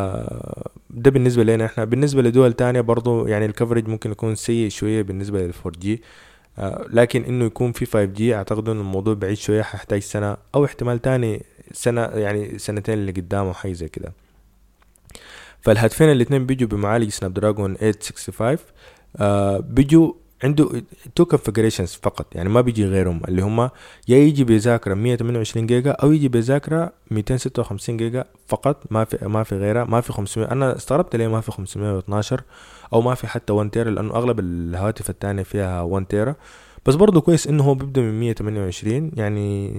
ده بالنسبه لنا احنا. بالنسبه لدول تانية برضو يعني الكفرج ممكن يكون سيء شويه بالنسبه للفور جي، لكن انه يكون في 5G اعتقد ان الموضوع بعيد شويه، هيحتاج سنه او احتمال تاني سنه، يعني سنتين اللي قدامه حاجه زي كده. فالهاتفين الاثنين بيجوا بمعالج سناب دراجون 865. بيجوا عنده تو كونفيجريشنز فقط، يعني ما بيجي غيرهم، اللي هما يا يجي بذاكره 128 جيجا او يجي بذاكره 256 جيجا فقط. ما في غيرها، ما في 500. انا استغربت ليه ما في 512 او ما في حتى 1 تيرا، لانه اغلب الهواتف التانية فيها 1 تيرا. بس برضو كويس انه هو بيبدأ من 128. يعني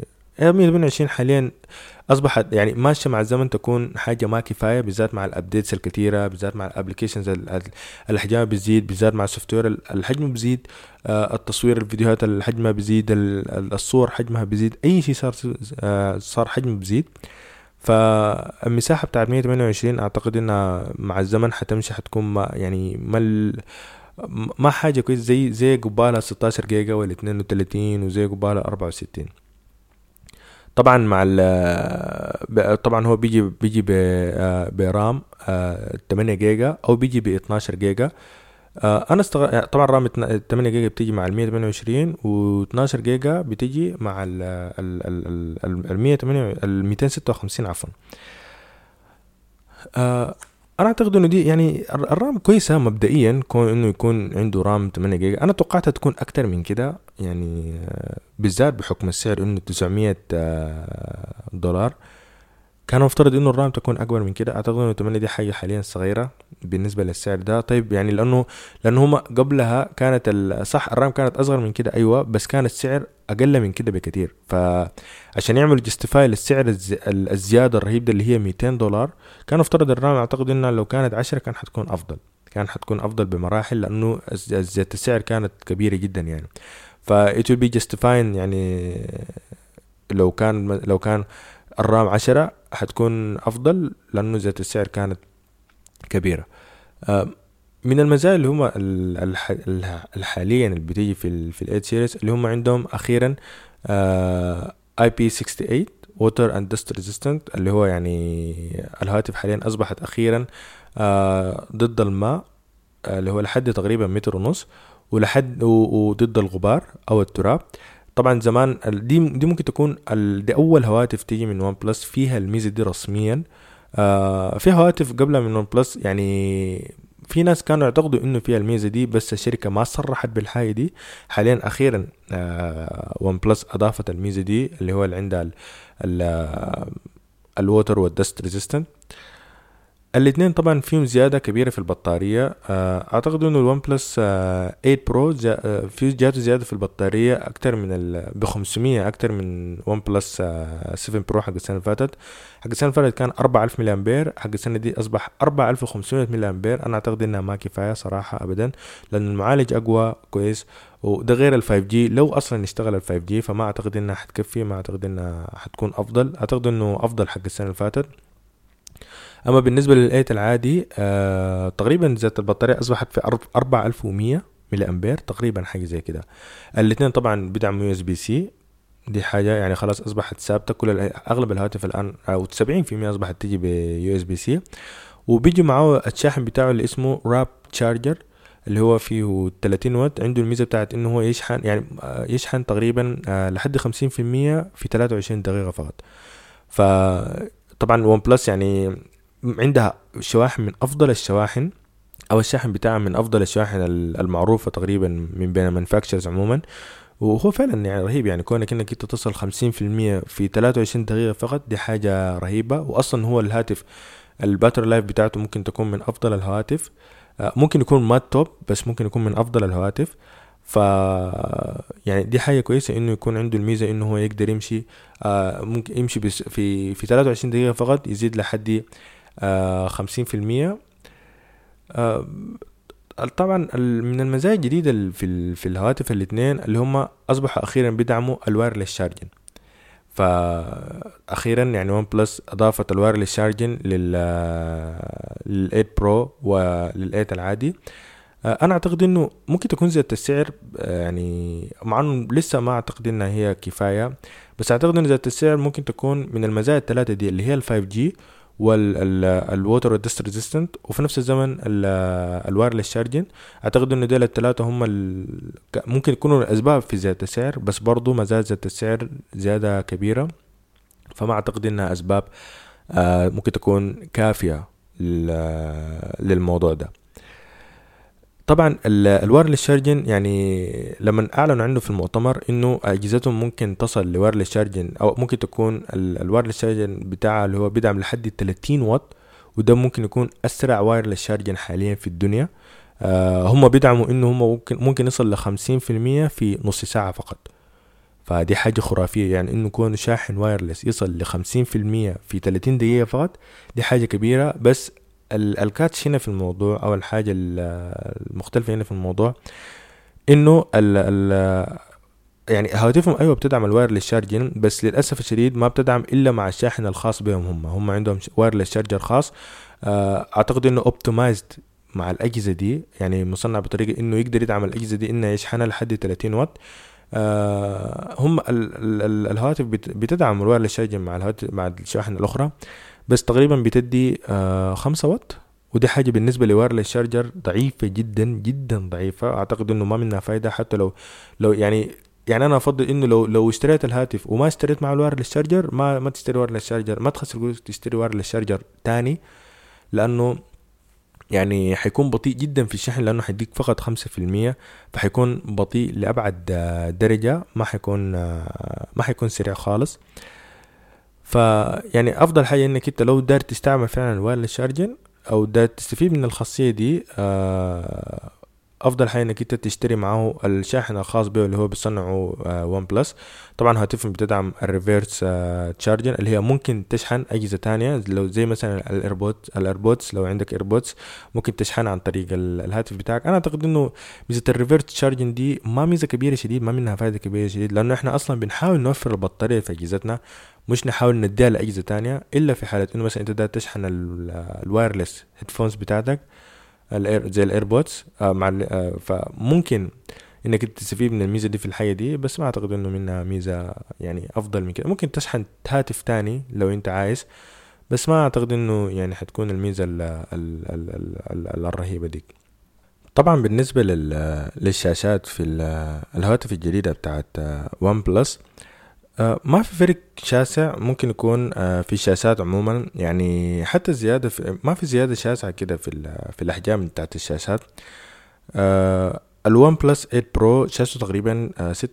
128 حاليا اصبحت يعني ماشيه مع الزمن تكون حاجه ما كفايه، بالذات مع الابديتس الكثيره، بالذات مع الابلكيشنز الحجم بيزيد، بالذات مع السوفت وير الحجم بيزيد، التصوير الفيديوهات الحجمها بيزيد، الصور حجمها بيزيد، اي شيء صار حجمه بيزيد. فالمساحه بتاعت 128 اعتقد انها مع الزمن حتمشي، حتكون يعني ما حاجه كويس زي قبالها 16 جيجا ولا 32 وزي قبالها 64. طبعا طبعا هو بيجي برام 8 جيجا او بيجي ب 12 جيجا. انا طبعا رام 8 جيجا بتيجي مع ال 128 و 12 جيجا بتيجي مع ال 256 عفوا. انا اعتقد انه دي يعني الرام كويسه مبدئيا، كون انه يكون عنده رام 8 جيجا. انا توقعتها تكون اكتر من كده يعني، بالذات بحكم السعر انه 900 دولار. كان مفترض انه الرام تكون اكبر من كده. اعتقد انه 8 دي حاجه حاليا صغيره بالنسبه للسعر ده. طيب يعني لانه هما قبلها كانت صح الرام كانت اصغر من كده ايوه، بس كان السعر اقل من كده بكتير. فعشان يعملوا جستيفاي للسعر الزياده الرهيب ده اللي هي 200 دولار، كان مفترض الرام اعتقد انها لو كانت 10 كان حتكون افضل، كان حتكون افضل بمراحل، لانه زياده السعر كانت كبيره جدا يعني. ف it will be justifying يعني لو كان الرام 10 حتكون افضل، لانه زيادة السعر كانت كبيرة. من المزايا اللي هم الحاليا اللي بتيجي في ال 8 سيريز، اللي هم عندهم اخيرا IP68 water and dust resistant، اللي هو يعني الهاتف حاليا اصبحت اخيرا ضد الماء، اللي هو لحد تقريبا 1.5 متر، وضد الغبار او التراب. طبعا زمان دي ممكن تكون دي اول هواتف تيجي من ون بلس فيها الميزه دي رسميا. في هواتف قبلها من ون بلس يعني في ناس كانوا يعتقدوا انه فيها الميزه دي، بس الشركه ما صرحت بالحاجه دي. حاليا اخيرا ون بلس اضافت الميزه دي، اللي هو اللي عندها الووتر والدست ريزيستنت. الاثنين طبعا فيهم زيادة كبيرة في البطارية. اعتقد انه الون بلس 8 برو في جاته زيادة في البطارية اكتر من ب 500 اكتر من ون بلس 7 برو حق السنة اللي فاتت. حق السنة اللي فاتت كان 4000 ملي امبير، حق السنة دي اصبح 4500 ملي امبير. انا اعتقد انها ما كفاية صراحة ابدا، لان المعالج اقوى كويس، وده غير ال 5G. لو اصلا اشتغل ال 5G فما اعتقد انها حتكفي، ما اعتقد انها حتكون افضل. اعتقد انه افضل حق السنة اللي فاتت. اما بالنسبه للايت العادي تقريبا ذات البطاريه اصبحت في 4100 ملي امبير تقريبا، حاجه زي كده. الاثنين طبعا بيدعموا يو اس بي سي، دي حاجه يعني خلاص اصبحت ثابته. اغلب الهواتف الان او 70% اصبحت تيجي بيو اس بي سي. وبيجي معاه الشاحن بتاعه اللي اسمه راب تشارجر، اللي هو فيه 30 واط. عنده الميزه بتاعت انه هو يشحن يعني يشحن تقريبا لحد 50% في 23 دقيقه فقط. فطبعا ون بلس يعني عندها شواحن من افضل الشواحن، او الشاحن بتاعها من افضل الشواحن المعروفة تقريبا من بين المانفاكتشرز عموما. وهو فعلا يعني رهيب، يعني كونك انك انت تصل 50% في 23 دقيقة فقط، دي حاجة رهيبة. واصلا هو الهاتف الباتر لايف بتاعته ممكن تكون من افضل الهواتف. ممكن يكون ما توب، بس ممكن يكون من افضل الهواتف. ف يعني دي حاجة كويسة انه يكون عنده الميزة انه هو يقدر يمشي ممكن يمشي في 23 دقيقة فقط، يزيد لحد 50%. طبعا من المزايا الجديدة في الهواتف الاثنين اللي هم أصبحوا أخيرا بيدعموا الوايرلس شارجن. فأخيرا يعني ون بلس أضافت الوايرلس شارجن لل 8 برو ولل 8 العادي. أنا أعتقد إنه ممكن تكون زيادة السعر يعني، مع إنه لسه ما أعتقد إنها هي كفاية، بس أعتقد إن زيادة السعر ممكن تكون من المزايا الثلاثة دي، اللي هي ال 5G والووتر والدست ريزيستنت، وفي نفس الزمن الوايرلس شارجن. اعتقد انه دول الثلاثه هم ممكن يكونوا الاسباب في زياده السعر، بس برضو ما زالت زياده السعر زياده كبيره. فما اعتقد انها اسباب ممكن تكون كافيه للموضوع ده. طبعا الوايرلس شارجن يعني لما اعلنوا عنه في المؤتمر انه اجهزتهم ممكن تصل لوايرلس شارجن، او ممكن تكون الوايرلس شارجن بتاعه اللي هو بيدعم لحد 30 واط، وده ممكن يكون اسرع وايرلس شارجن حاليا في الدنيا. هم بيدعموا انه هم ممكن يصل ل50% في نص ساعة فقط. فدي حاجة خرافية، يعني انه يكون شاحن وايرلس يصل ل50% في 30 دقيقة فقط، دي حاجة كبيرة. بس الكاتش هنا في الموضوع، او الحاجة المختلفة هنا في الموضوع، انه يعني هواتفهم ايوه بتدعم الوايرلس شارجن، بس للاسف الشديد ما بتدعم الا مع الشاحن الخاص بهم. هم عندهم وايرلس شارجر خاص، اعتقد انه اوبتمايزد مع الاجهزة دي، يعني مصنع بطريقة انه يقدر يدعم الاجهزة دي انها يشحنها لحد 30 واط. هم الهواتف بتدعم الوايرلس شارجن مع الشواحن الاخرى، بس تقريبا بتدي 5 واط، ودي حاجة بالنسبة لوايرلس شارجر ضعيفة جدا جدا ضعيفة. اعتقد انه ما منها فايدة. حتى لو يعني انا افضل انه لو اشتريت الهاتف وما اشتريت مع الوايرلس شارجر، ما تشتري وايرلس شارجر، ما تخسر تشتري وايرلس شارجر تاني، لانه يعني حيكون بطيء جدا في الشحن لانه حيديك فقط 5%، فحيكون بطيء لابعد درجة، ما حيكون سريع خالص. فيعني افضل حاجة انك انت لو داير تستعمل فعلا الوايرلس شارجن او داير تستفيد من الخاصية دي، افضل حاجه انك انت تشتري معاه الشاحن الخاص به اللي هو بيصنعه ون بلس. طبعا هاتفهم بتدعم الريفيرس تشارجن اللي هي ممكن تشحن اجهزه تانية، لو زي مثلا الايربودز لو عندك ايربودز ممكن تشحن عن طريق الهاتف بتاعك. انا اعتقد انه ميزه الريفيرس تشارجن دي ما ميزه كبيره شديد، ما منها فائده كبيره شديد، لانه احنا اصلا بنحاول نوفر البطاريه في اجهزتنا، مش نحاول نديها لاجهزه تانية، الا في حاله انه مثلا انت دا تشحن الوايرلس هيدفونز بتاعتك زي الايربودز فممكن انك تستفيد من الميزه دي في الحاجه دي، بس ما اعتقد انه منها ميزه يعني افضل من كده. ممكن تشحن هاتف تاني لو انت عايز، بس ما اعتقد انه يعني حتكون الميزه الرهيبه دي. طبعا بالنسبه للشاشات في الهواتف الجديده بتاعت ون بلس، ما في فرق شاسع ممكن يكون في الشاشات عموما، يعني حتى الزيادة ما في زيادة شاسعة كده في الأحجام بتاعت الشاشات. الوان بلس 8 برو شاشته تقريبا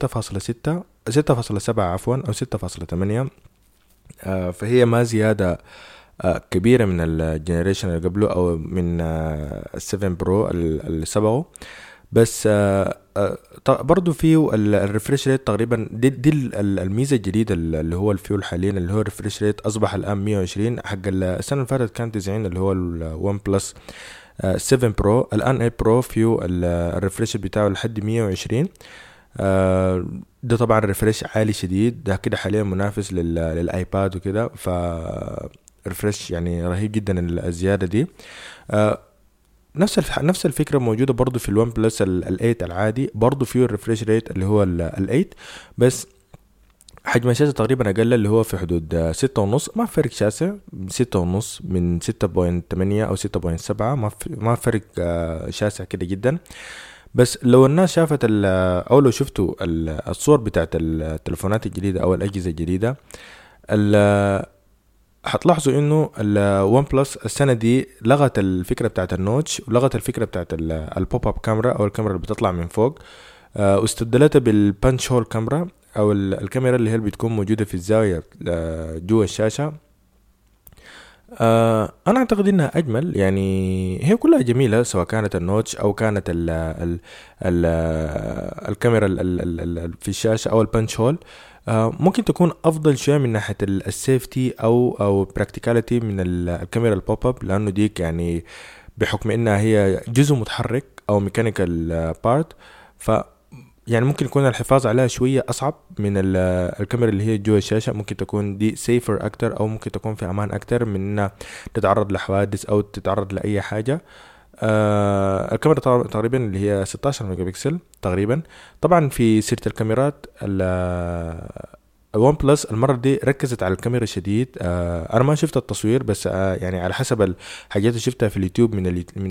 6.7 عفوا أو 6.8، فهي ما زيادة كبيرة من الجنريشن اللي قبله أو من ال7 برو اللي سبقه. بس برضو فيه الريفريش ريت تقريبا دي الميزه الجديده اللي هو الفيول حاليا، اللي هو الريفريش ريت اصبح الان 120. حق السنه اللي فاتت كان 90 اللي هو الون بلس 7 برو. الان 8 برو فيه الريفريش بتاعه لحد 120. ده طبعا ريفريش عالي شديد، ده كده حاليا منافس للايباد وكده، ف ريفريش يعني رهيب جدا الزياده دي. نفس الفكره موجوده برضو في الون بلس ال8 العادي، برضو فيه الريفريش ريت اللي هو ال8، بس حجم الشاشه تقريبا اقل اللي هو في حدود 6.5. ما فرق شاسع 6.5 من 6.8 او 6.7، ما فرق شاسع كده جدا. بس لو الناس شافت او لو شفتوا الصور بتاعت التلفونات الجديده او الاجهزه الجديده، هتلاحظوا انه الون بلس السنه دي لغت الفكره بتاعت النوتش، ولغت الفكره بتاعت البوب اب كاميرا او الكاميرا اللي بتطلع من فوق، واستبدلتها بالبانش هول كاميرا او الكاميرا اللي هي بتكون موجوده في الزاويه جوا الشاشه. انا اعتقد انها اجمل، يعني هي كلها جميله سواء كانت النوتش او كانت ال الكاميرا في الشاشه او البانش هول. ممكن تكون افضل شيء من ناحيه السيفتي او براكتيكاليتي من الكاميرا البوب اب، لانه ديك يعني بحكم انها هي جزء متحرك او ميكانيكال بارت، ف يعني ممكن يكون الحفاظ عليها شويه اصعب من الكاميرا اللي هي جوا الشاشه. ممكن تكون دي سيفر اكتر او ممكن تكون في امان اكتر من انها تتعرض لحوادث او تتعرض لاي حاجه. الكاميرا تقريبا اللي هي 16 ميجا بكسل تقريبا. طبعا في سيرة الكاميرات الون بلس المرة دي ركزت على الكاميرا شديد. انا ما شفت التصوير، بس يعني على حسب الحاجات اللي شفتها في اليوتيوب من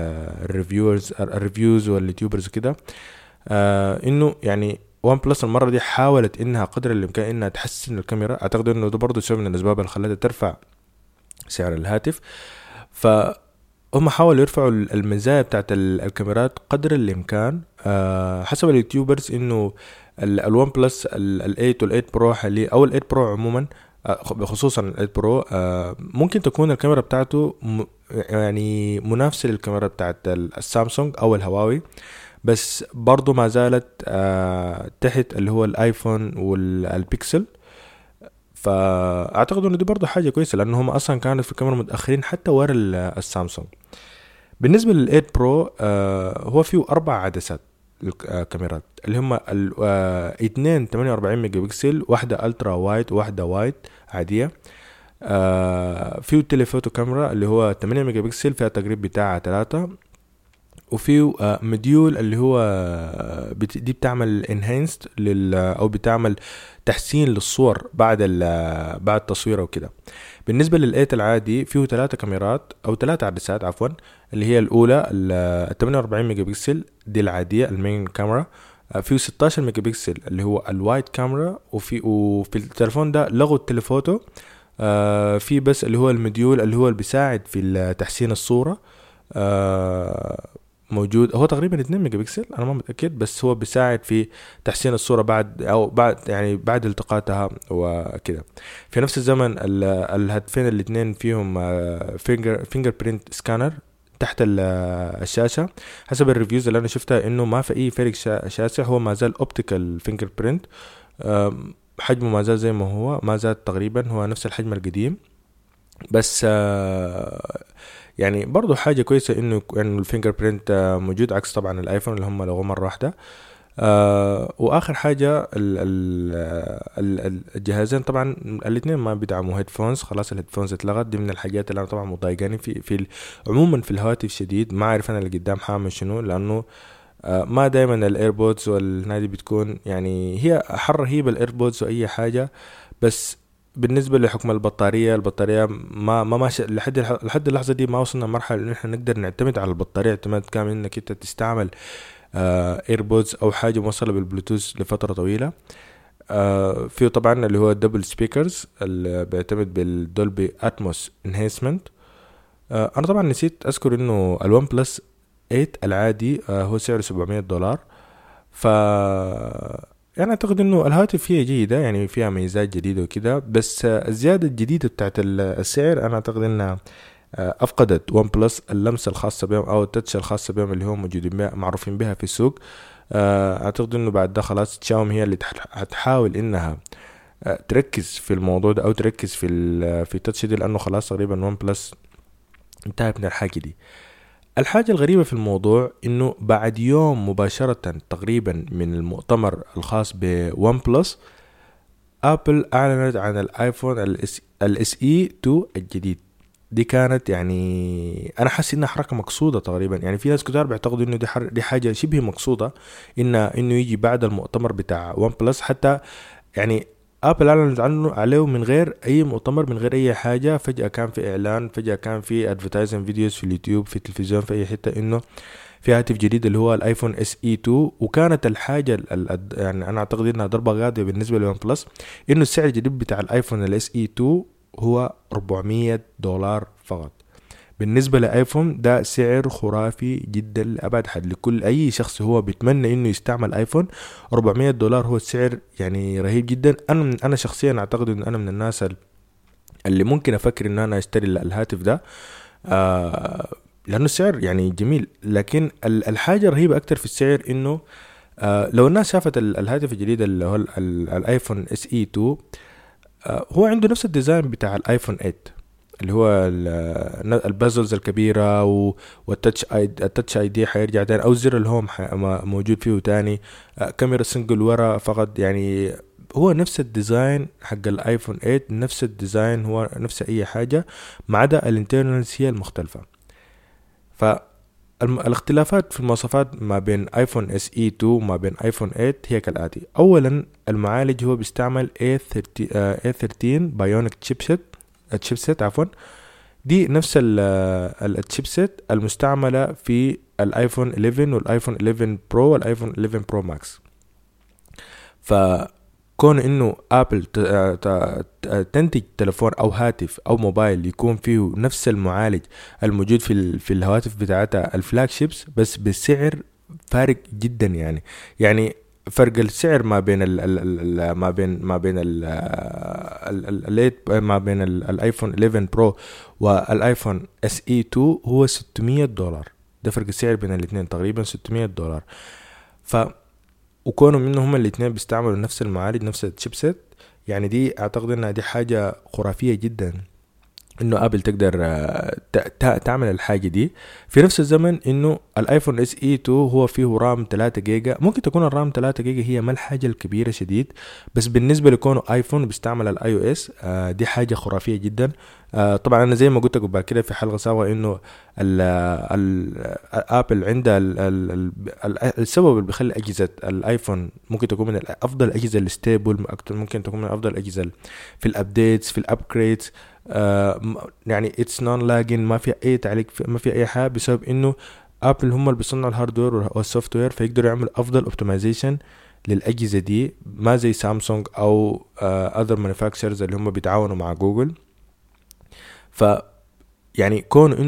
الريفيوز واليوتيوبرز وكده، انه يعني ون بلس المرة دي حاولت انها قدر الامكان انها تحسن الكاميرا. اعتقد انه ده برضو سبب من الاسباب اللي خلتها ترفع سعر الهاتف. هم حاولوا يرفعوا المزايا بتاعت الكاميرات قدر الامكان. حسب اليوتيوبرز انه الون بلس ال8 وال8 برو حاليا او ال8 برو عموما، خصوصا ال8 برو، ممكن تكون الكاميرا بتاعته يعني منافسة للكاميرا بتاعت السامسونج او الهواوي، بس برضو ما زالت تحت اللي هو الايفون والبيكسل. فاعتقد انه دي برضه حاجه كويسه، لانه هم اصلا كانوا في الكاميرا متاخرين حتى ورا السامسونج. بالنسبه لل8 برو، هو فيه 4 عدسات الكاميرات اللي هم 2 48 ميجا بكسل، واحده الترا وايد وواحده وايد عاديه. فيه تليفوتو كاميرا اللي هو 8 ميجا بكسل فيها تقريب بتاعه 3، وفي مديول اللي هو دي بتعمل enhanced او بتعمل تحسين للصور بعد التصوير وكده. بالنسبة للآيت العادي فيه 3 كاميرات او 3 عدسات عفوا، اللي هي الاولى ال 48 ميجا بكسل دي العادية المين كاميرا. فيه 16 ميجا بكسل اللي هو الوايد كاميرا، وفي التلفون ده لغوا التليفوتو. في بس اللي هو المديول اللي هو اللي بيساعد في تحسين الصورة. موجود. هو تقريبا 2 ميجا بكسل، انا ما متاكد، بس هو بيساعد في تحسين الصوره بعد التقاطها وكده. في نفس الزمن الهاتفين الاثنين فيهم فينجر برينت سكانر تحت الشاشه. حسب الريفيوز اللي انا شفتها انه ما في اي فرق شاسع، هو ما زال اوبتيكال فينجر برينت، حجمه ما زال زي ما هو، ما زال تقريبا هو نفس الحجم القديم. بس يعني برضو حاجة كويسة انه يعني الفينجر برينت موجود، عكس طبعا الايفون اللي هم لغوه مرة واحدة. واخر حاجة الجهازين طبعا الاثنين ما بيدعموا هيدفونز، خلاص الهيدفونز اتلغت. دي من الحاجات اللي انا طبعا مضايقاني عموما في الهواتف شديد. ما اعرف انا اللي قدام حامل شنو، لانه ما دايما الايربودز والنادي بتكون يعني هي حر رهيبة الايربودز واي حاجة، بس بالنسبة لحكم البطارية ما ماشي لحد اللحظة دي. ما وصلنا مرحلة ان احنا نقدر نعتمد على البطارية اعتماد كامل انك انت تستعمل ايربودز او حاجة موصلة بالبلوتوث لفترة طويلة. فيه طبعا اللي هو الدبل سبيكرز اللي بيعتمد بالدولبي اتموس انهانسمنت. انا طبعا نسيت اذكر انه الون بلس 8 العادي هو سعره $700. ف يعني اعتقد انه الهواتف هي جيدة، يعني فيها ميزات جديدة وكده، بس الزيادة الجديدة بتاعت السعر انا اعتقد انها افقدت ون بلس اللمسة الخاصة بهم او التاتش الخاصة بهم اللي هم موجودين بها معروفين بها في السوق. اعتقد انه بعد ده خلاص تشاومي هي اللي هتحاول انها تركز في الموضوع ده او تركز في التاتش دي، لانه خلاص تقريبا ون بلس انتهت من الحاجة دي. الحاجة الغريبة في الموضوع انه بعد يوم مباشرة تقريبا من المؤتمر الخاص بون بلس، ابل اعلنت عن الايفون الاس اي 2 الجديد. دي كانت يعني انا حاسس انها حركة مقصودة تقريبا، يعني في ناس كتير بيعتقدوا انه دي حاجة شبه مقصودة انه يجي بعد المؤتمر بتاع ون بلس. حتى يعني ابل اعلنت عنه عليه من غير اي مؤتمر، من غير اي حاجه. فجاه كان في اعلان، فجاه كان في ادفرتايزنج فيديوز في اليوتيوب، في التلفزيون، في اي حته، انه في هاتف جديد اللي هو الايفون اس اي 2. وكانت الحاجه يعني انا اعتقد انها ضربه قاضيه بالنسبه لون بلس، انه السعر الجديد بتاع الايفون الاس اي 2 هو $400 فقط. بالنسبة لآيفون ده سعر خرافي جدا لأبعد حد. لكل أي شخص هو بيتمنى إنه يستعمل آيفون، $400 هو السعر يعني رهيب جدا. أنا شخصيا أعتقد إن أنا من الناس اللي ممكن أفكر إن أنا أشتري الهاتف ده، لأنه السعر يعني جميل. لكن الحاجة الرهيبة أكتر في السعر إنه لو الناس شافت الهاتف الجديد اللي هو الآيفون اس اي 2، هو عنده نفس الديزاين بتاع الآيفون 8 اللي هو البازلز الكبيرة والتاتش اي دي حيرجع تاني، او زر الهوم موجود فيه تاني. كاميرا سنجل ورا فقط، يعني هو نفس الديزاين حق الايفون 8، نفس الديزاين، هو نفس اي حاجة ما عدا الانترنالز هي المختلفة. فالاختلافات في المواصفات ما بين ايفون اس اي 2 وما بين ايفون 8 هي كالاتي. اولا المعالج هو بيستعمل A13 بايونيك تشيبسيت عفوا. دي نفس التشيبسيت المستعملة في الايفون 11 والايفون 11 برو والايفون 11 برو ماكس. فكون انه ابل تنتج تلفون او هاتف او موبايل يكون فيه نفس المعالج الموجود في الهواتف بتاعتها الفلاج شيبس، بس بسعر فارق جدا. يعني فرق السعر ما بين الايفون 11 برو والايفون اس اي 2 هو $600. ده فرق السعر بين الاثنين تقريبا $600. وكونوا منهم هما الاثنين بيستعملوا نفس المعالج نفس الشيبسيت، يعني دي اعتقد انها دي حاجة خرافية جدا انه ابل تقدر تعمل الحاجة دي. في نفس الزمن انه الايفون اس اي 2 هو فيه رام 3 جيجا. ممكن تكون الرام 3 جيجا هي ما الحاجة الكبيرة شديد، بس بالنسبة لكونه ايفون بيستعمل الاي او اس دي حاجة خرافية جدا. طبعا انا زي ما قلت قبل كده في حلقة سوا انه ابل عندها السبب اللي بيخلي اجهزة الايفون ممكن تكون من افضل الاجهزة الستيبل، ممكن تكون من افضل الاجهزة في الابديتس في الابجريدز. يعني اتس نون لاجن، ما في اي تعليق، ما في اي حاجه، بسبب انه ابل هم اللي بيصنعوا الهاردوير والسوفت وير، فيقدروا يعملوا افضل اوبتمايزيشن للاجهزه دي، ما زي سامسونج او اذر مانيفاكتشرز اللي هم بيتعاونوا مع جوجل. ف يعني كون انه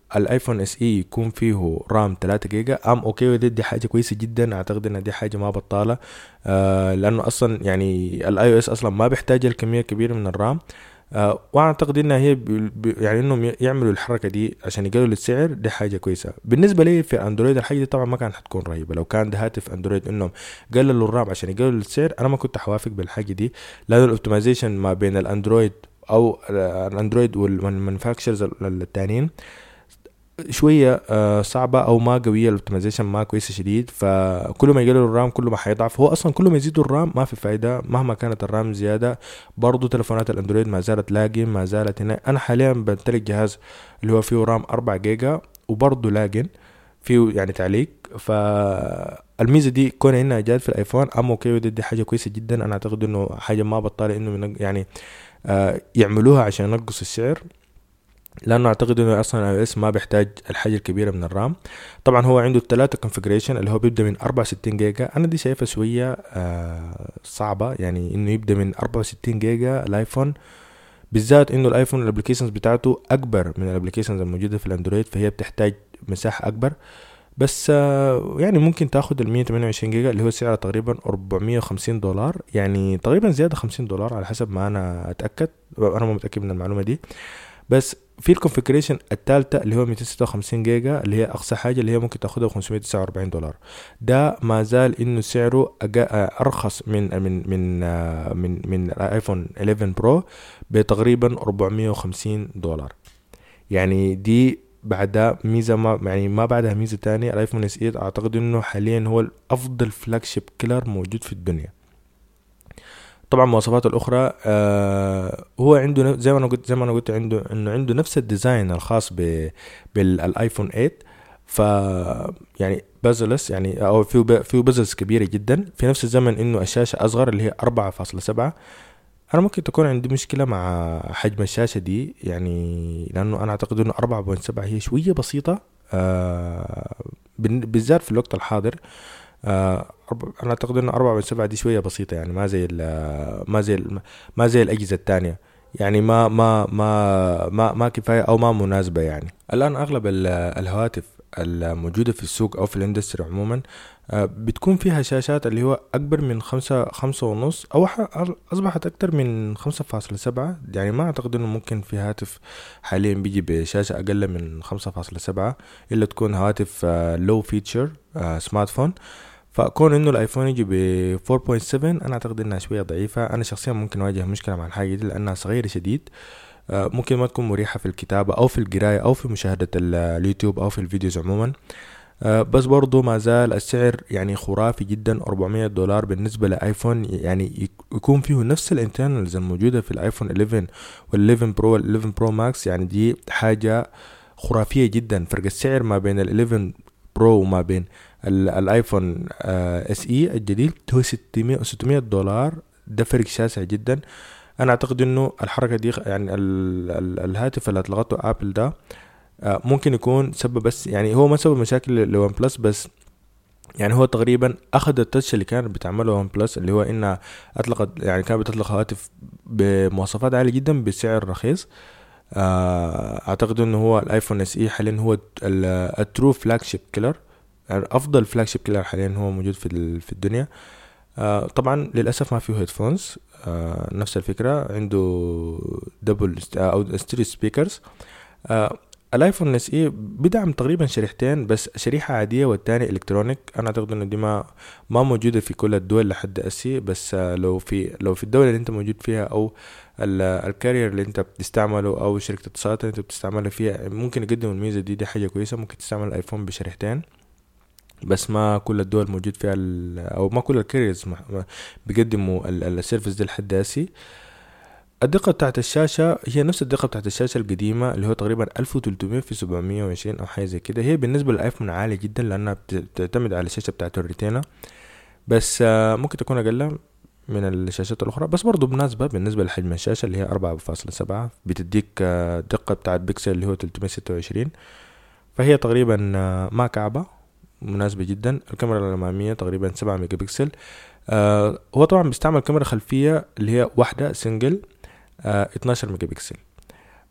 الايفون اس اي يكون فيه رام 3 جيجا اوكي، دي حاجه كويسه جدا. اعتقد ان دي حاجه ما بطاله، لانه اصلا يعني الاي او اس اصلا ما بيحتاج الكميه الكبيره من الرام. واعتقد انها هي يعني انهم يعملوا الحركه دي عشان يقللوا السعر، دي حاجه كويسه. بالنسبه لي في اندرويد الحاجه دي طبعا ما كانت حتكون رهيبه. لو كان ده هاتف اندرويد انهم قللوا الرام عشان يقللوا السعر، انا ما كنت حوافق بالحاجه دي، لانه الاوبتمايزيشن ما بين الاندرويد او الاندرويد والمانيفاكتشرز التانيين شويه صعبه او ما قويه، الاوبتمايزيشن ما كويسه شديد. فكل ما يقللوا الرام كل ما حيضعف. هو اصلا كل ما يزيدوا الرام ما في فايده، مهما كانت الرام زياده برضو تلفونات الاندرويد ما زالت لاقي، ما زالت هنا. انا حاليا بمتلك جهاز اللي هو فيه رام 4 جيجا وبرضو لاقن فيه يعني تعليق. فالميزه دي كون انها جات في الايفون اوكي، ودي حاجه كويسه جدا. انا اعتقد انه حاجه ما بطاله انه يعني يعملوها عشان ينقصوا السعر، لانه اعتقد انه اصلا اي اس ما بيحتاج الحاجه الكبيره من الرام. طبعا هو عنده 3 كونفيجريشن اللي هو بيبدا من 64 جيجا. انا دي شايفها شويه صعبه، يعني انه يبدا من 64 جيجا الايفون، بالذات انه الايفون الابلكيشنز بتاعته اكبر من الابلكيشنز الموجوده في الاندرويد، فهي بتحتاج مساحه اكبر. بس يعني ممكن تاخد ال 128 جيجا اللي هو سعره تقريبا $450، يعني تقريبا زياده $50 على حسب ما انا اتاكد. انا ما متاكد من المعلومه دي. بس في الكونفيجريشن الثالثه اللي هو 256 جيجا اللي هي اقصى حاجه، اللي هي ممكن تاخدها $549. ده ما زال انه سعره ارخص من الايفون 11 برو بتقريبا $450. يعني دي بعدها ميزه، ما يعني ما بعدها ميزه تانية. الايفون اس 8 اعتقد انه حاليا هو الافضل فلاج شيب كيلر موجود في الدنيا. طبعا مواصفاته الاخرى هو عنده زي ما انا قلت عنده نفس الديزاين الخاص بالايفون 8. ف يعني بازلس، يعني او فيه بازلز كبيره جدا، في نفس الزمن انه الشاشه اصغر اللي هي 4.7. انا ممكن تكون عندي مشكله مع حجم الشاشه دي، يعني لانه انا اعتقد انه 4.7 هي شويه بسيطه بالذات في الوقت الحاضر. انا اعتقد انه 4.7 دي شويه بسيطه، يعني ما زي الاجهزه التانية، يعني ما كفايه او ما مناسبه. يعني الان اغلب الهواتف الموجوده في السوق او في الاندستري عموما بتكون فيها شاشات اللي هو اكبر من 5.5 او اصبحت اكتر من 5.7. يعني ما اعتقد انه ممكن في هاتف حاليا بيجي بشاشه اقل من 5.7 الا تكون هواتف لو فيتشر سمارت فون. فكون انه الايفون يجي ب 4.7 انا اعتقد انها شويه ضعيفه. انا شخصيا ممكن اواجه مشكله مع الحاجه دي لانها صغيره شديد، ممكن ما تكون مريحه في الكتابه او في القرايه او في مشاهده اليوتيوب او في الفيديوز عموما. بس برضو ما زال السعر يعني خرافي جدا، $400 بالنسبة لايفون يعني يكون فيه نفس الانترنالز الموجودة في الايفون 11 وال11 برو وال11 برو ماكس. يعني دي حاجة خرافية جدا. فرق السعر ما بين ال11 برو وما بين الايفون اس اي الجديد هو $600. ده فرق شاسع جدا. انا اعتقد انه الحركة دي يعني الهاتف اللي اطلقته ابل ده ممكن يكون سبب، بس يعني هو ما سبب مشاكل لون بلس، بس يعني هو تقريبا اخذ التاتش اللي كانت بتعمله ون بلس، اللي هو انها اطلقت يعني كانت بتطلق هواتف بمواصفات عالية جدا بسعر رخيص. اعتقد انه هو الايفون اس اي حاليا هو الترو فلاج شيب كيلر، يعني افضل فلاج شيب كيلر حاليا هو موجود في الدنيا. طبعا للاسف ما فيه هيدفونز. نفس الفكرة عنده دبل او ستيريو سبيكرز. الايفون اس اي بدعم تقريبا شريحتين بس، شريحة عادية والتاني الكترونيك. انا اعتقد انه دي ما موجودة في كل الدول لحد اسي، بس لو في الدولة اللي انت موجود فيها او الكارير اللي انت بتستعمله او شركة اتصالات اللي انت بتستعملها فيها ممكن يقدموا الميزة دي حاجة كويسة. ممكن تستعمل الايفون بشريحتين، بس ما كل الدول موجود فيها او ما كل الكاريرز بيقدموا السيرفيس دي لحد اسي. الدقة بتاعت الشاشة هي نفس الدقة بتاعت الشاشة القديمة اللي هو تقريبا 1300 في 720 او حاجة زي كده. هي بالنسبة للايفون عالية جدا لانها بتعتمد على الشاشة بتاعت الريتينا، بس ممكن تكون اقل من الشاشات الاخرى، بس برضو مناسبة بالنسبة لحجم الشاشة اللي هي 4.7. بتديك دقة بتاعت بيكسل اللي هو 326، فهي تقريبا ما كعبة، مناسبة جدا. الكاميرا الأمامية تقريبا 7 ميجا بكسل. هو طبعا بيستعمل كاميرا خلفية اللي هي واحدة سنجل 12 ميجا بكسل.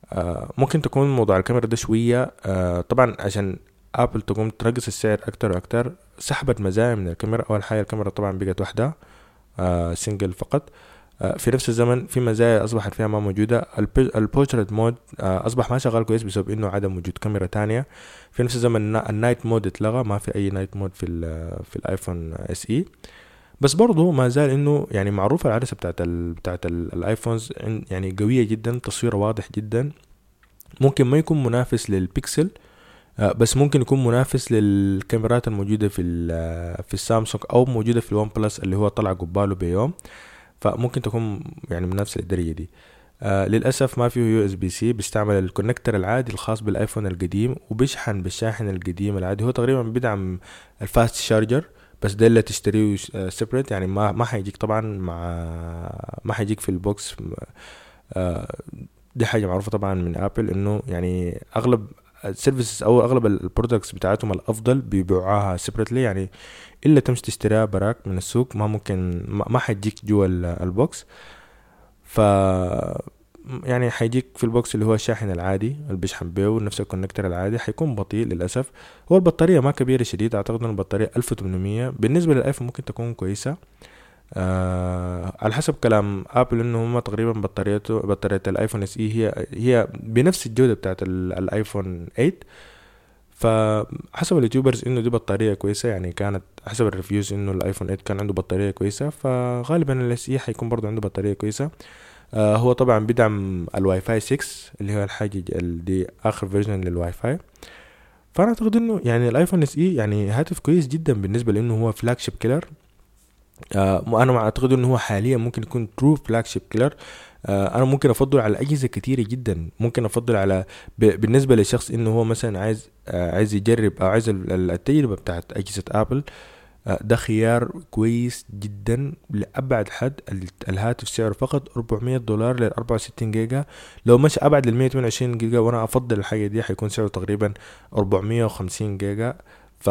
ممكن تكون موضوع الكاميرا ده شوية طبعا عشان ابل تقوم تنقص السعر اكتر واكتر، سحبت مزايا من الكاميرا. اول حاجة الكاميرا طبعا بقت واحدة سنجل فقط. في نفس الزمن في مزايا اصبحت فيها ما موجودة. البورتريت مود اصبح ما شغال كويس بسبب انه عدم وجود كاميرا تانية. في نفس الزمن النايت مود اتلغى، ما في اي نايت مود في الايفون اس اي. بس برضه ما زال انه يعني معروفة العدسة بتاعت الايفونز يعني قوية جدا، تصويرها واضح جدا. ممكن ما يكون منافس للبيكسل، بس ممكن يكون منافس للكاميرات الموجودة في السامسونج او موجودة في الوان بلس اللي هو طلع قباله بيوم، فممكن تكون يعني منافسة للدرجة دي. للأسف ما فيه يو اس بي سي، بيستعمل الكونكتر العادي الخاص بالايفون القديم، وبيشحن بالشاحن القديم العادي. هو تقريبا بيدعم الفاست شارجر، بس ده اللي تشتريه سيبريت، يعني ما حيجيك طبعا ما حيجيك في البوكس. دي حاجة معروفة طبعا من ابل، انه يعني اغلب السيرفيسز او اغلب البرودكتس بتاعتهم الافضل بيبيعوها سيبريتلي، يعني الا تمشي تشتريها براك من السوق، ما ممكن ما حيجيك جوا البوكس. ف يعني حيجيك في البوكس اللي هو الشاحن العادي اللي بيشحن بيه، نفس الكونكتر العادي، حيكون بطيء للاسف. هو البطاريه ما كبيره شديد، اعتقد ان البطاريه 1800 بالنسبه للايفون ممكن تكون كويسه. على حسب كلام ابل انه هم تقريبا بطاريه الايفون اس اي هي بنفس الجوده بتاعت الايفون 8. فحسب اليوتيوبرز انه دي بطاريه كويسه، يعني كانت حسب الريفيوز انه الايفون 8 كان عنده بطاريه كويسه، فغالبا الاس اي حيكون برضو عنده بطاريه كويسه. هو طبعا بيدعم الواي فاي 6 اللي هو الحاجه دي اخر فيرجن للواي فاي. فانا اعتقد انه يعني الايفون اس اي يعني هاتف كويس جدا بالنسبه لانه هو فلاج شيب كيلر. انا اعتقد انه هو حاليا ممكن يكون ترو فلاج شيب كيلر. انا ممكن افضل على اجهزه كتيره جدا، ممكن افضل على بالنسبه لشخص انه هو مثلا عايز يجرب او عايز التجربه بتاعت اجهزه ابل. ده خيار كويس جدا لأبعد حد. الهاتف سعره فقط $400 لل 64 جيجا. لو مش أبعد لل 128 جيجا، وأنا أفضل الحاجة دي، حيكون سعره تقريبا 450 جيجا. ف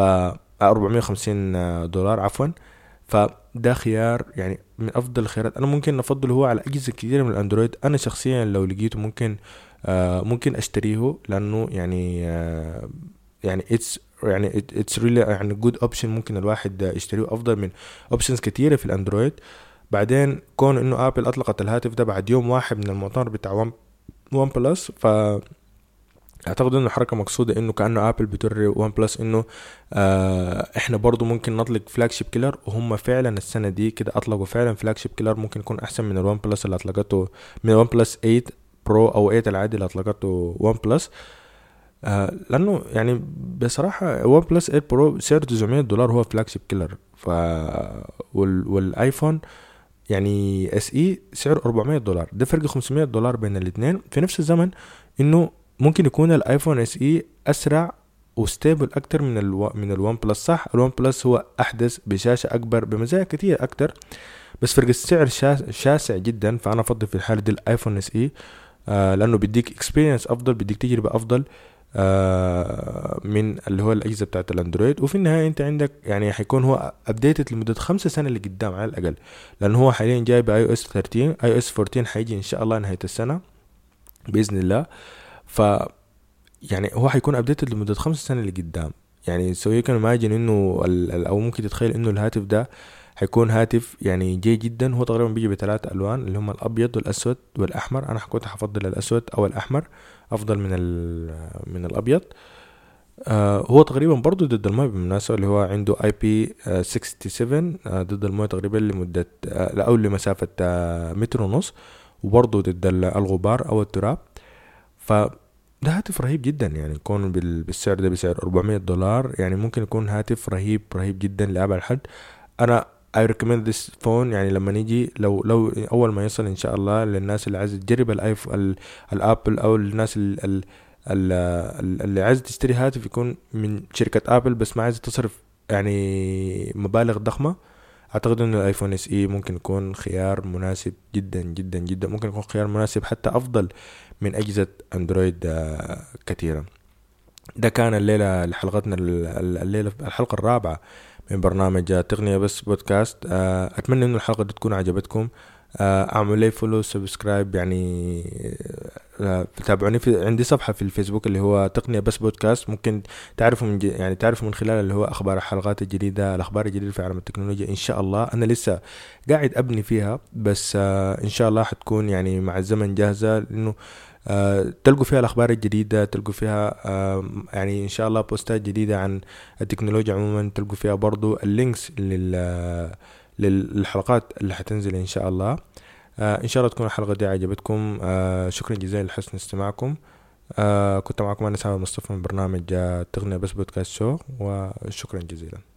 $450 عفوا. فده خيار يعني من أفضل الخيارات. أنا ممكن أفضله هو على أجهزة كثيرة من الأندرويد. أنا شخصيا لو لقيته ممكن أشتريه، لأنه يعني it's really يعني good option. ممكن الواحد يشتريه افضل من options كتيرة في الاندرويد. بعدين كون انه ابل اطلقت الهاتف ده بعد يوم واحد من المؤتمر بتاع وان بلس، اعتقد انه حركة مقصودة، انه كأنه ابل بتوري وان بلس انه احنا برضو ممكن نطلق فلاج شيب كيلر. وهم فعلا السنة دي كده اطلقوا فعلا فلاج شيب كيلر، ممكن يكون احسن من الوان بلس اللي اطلقته، من الوان بلس 8 برو او 8 العادي اللي اطلقته وان بلس. لانه يعني بصراحة وان بلس 8 برو سعره $900 هو فلاج شيب كيلر. والايفون يعني اس اي سعره $400. ده فرق $500 بين الاثنين. في نفس الزمن انه ممكن يكون الايفون اس اي اسرع وستيبل اكتر من الوان بلس. صح، الوان بلس هو احدث بشاشة اكبر بمزايا كتير اكتر، بس فرق السعر شاسع جدا. فانا افضل في الحالة دي الايفون اس اي، لانه بيديك اكسبيرينس افضل، بيديك تجربة افضل من اللي هو الاجهزه بتاعت الاندرويد. وفي النهايه انت عندك يعني حيكون هو ابديتد لمده 5 سنة اللي قدام على الاقل، لانه هو حاليا جاي باي او اس 13. اي او اس 14 حيجي ان شاء الله نهايه السنه باذن الله. ف يعني هو حيكون ابديتد لمده 5 سنة اللي قدام. يعني سو يمكن ماجن انه او ممكن تتخيل انه الهاتف ده حيكون هاتف يعني جيد جدا. هو تقريبا بيجي ب3 الوان اللي هم الابيض والاسود والاحمر. انا كنت حفضل الاسود او الاحمر افضل من الابيض. هو تقريبا برضو ضد الماء بالمناسبة، اللي هو عنده اي بي 67 ضد الماء تقريبا لمدة او لمسافة 1.5 متر، وبرضو ضد الغبار او التراب. فده هاتف رهيب جدا، يعني يكون بالسعر ده بسعر $400، يعني ممكن يكون هاتف رهيب جدا لأبعد حد. انا I recommend this phone. يعني لما نيجي لو اول ما يصل ان شاء الله للناس اللي عايزه تجرب الايفون الابل، او الناس اللي عايزه تشتري هاتف يكون من شركه ابل بس ما عايزه تصرف يعني مبالغ ضخمه، اعتقد ان الايفون اس اي ممكن يكون خيار مناسب جدا جدا جدا. ممكن يكون خيار مناسب حتى افضل من اجهزه اندرويد كثيرا. ده كان الليله لحلقتنا الليله الحلقه الرابعه من برنامج تقنية بس بودكاست. أتمنى إنه الحلقة دي تكون عجبتكم. أعمل لي فولو سبسكرايب، يعني تابعوني عندي صفحة في الفيسبوك اللي هو تقنية بس بودكاست. ممكن تعرفوا يعني تعرفوا من خلال اللي هو أخبار الحلقات الجديدة، الأخبار الجديدة في عالم التكنولوجيا. إن شاء الله أنا لسه قاعد أبني فيها، بس إن شاء الله حتكون يعني مع الزمن جاهزة، لأنه تلقوا فيها الأخبار الجديدة، تلقوا فيها يعني إن شاء الله بوستات جديدة عن التكنولوجيا عموما، تلقوا فيها برضو اللينكس للحلقات اللي حتنزل إن شاء الله. إن شاء الله تكون الحلقة دي عجبتكم. شكرا جزيلا لحسن استماعكم. كنت معكم أنا سامي مصطفى من برنامج تغنية بس بودكاست شو، وشكرا جزيلا.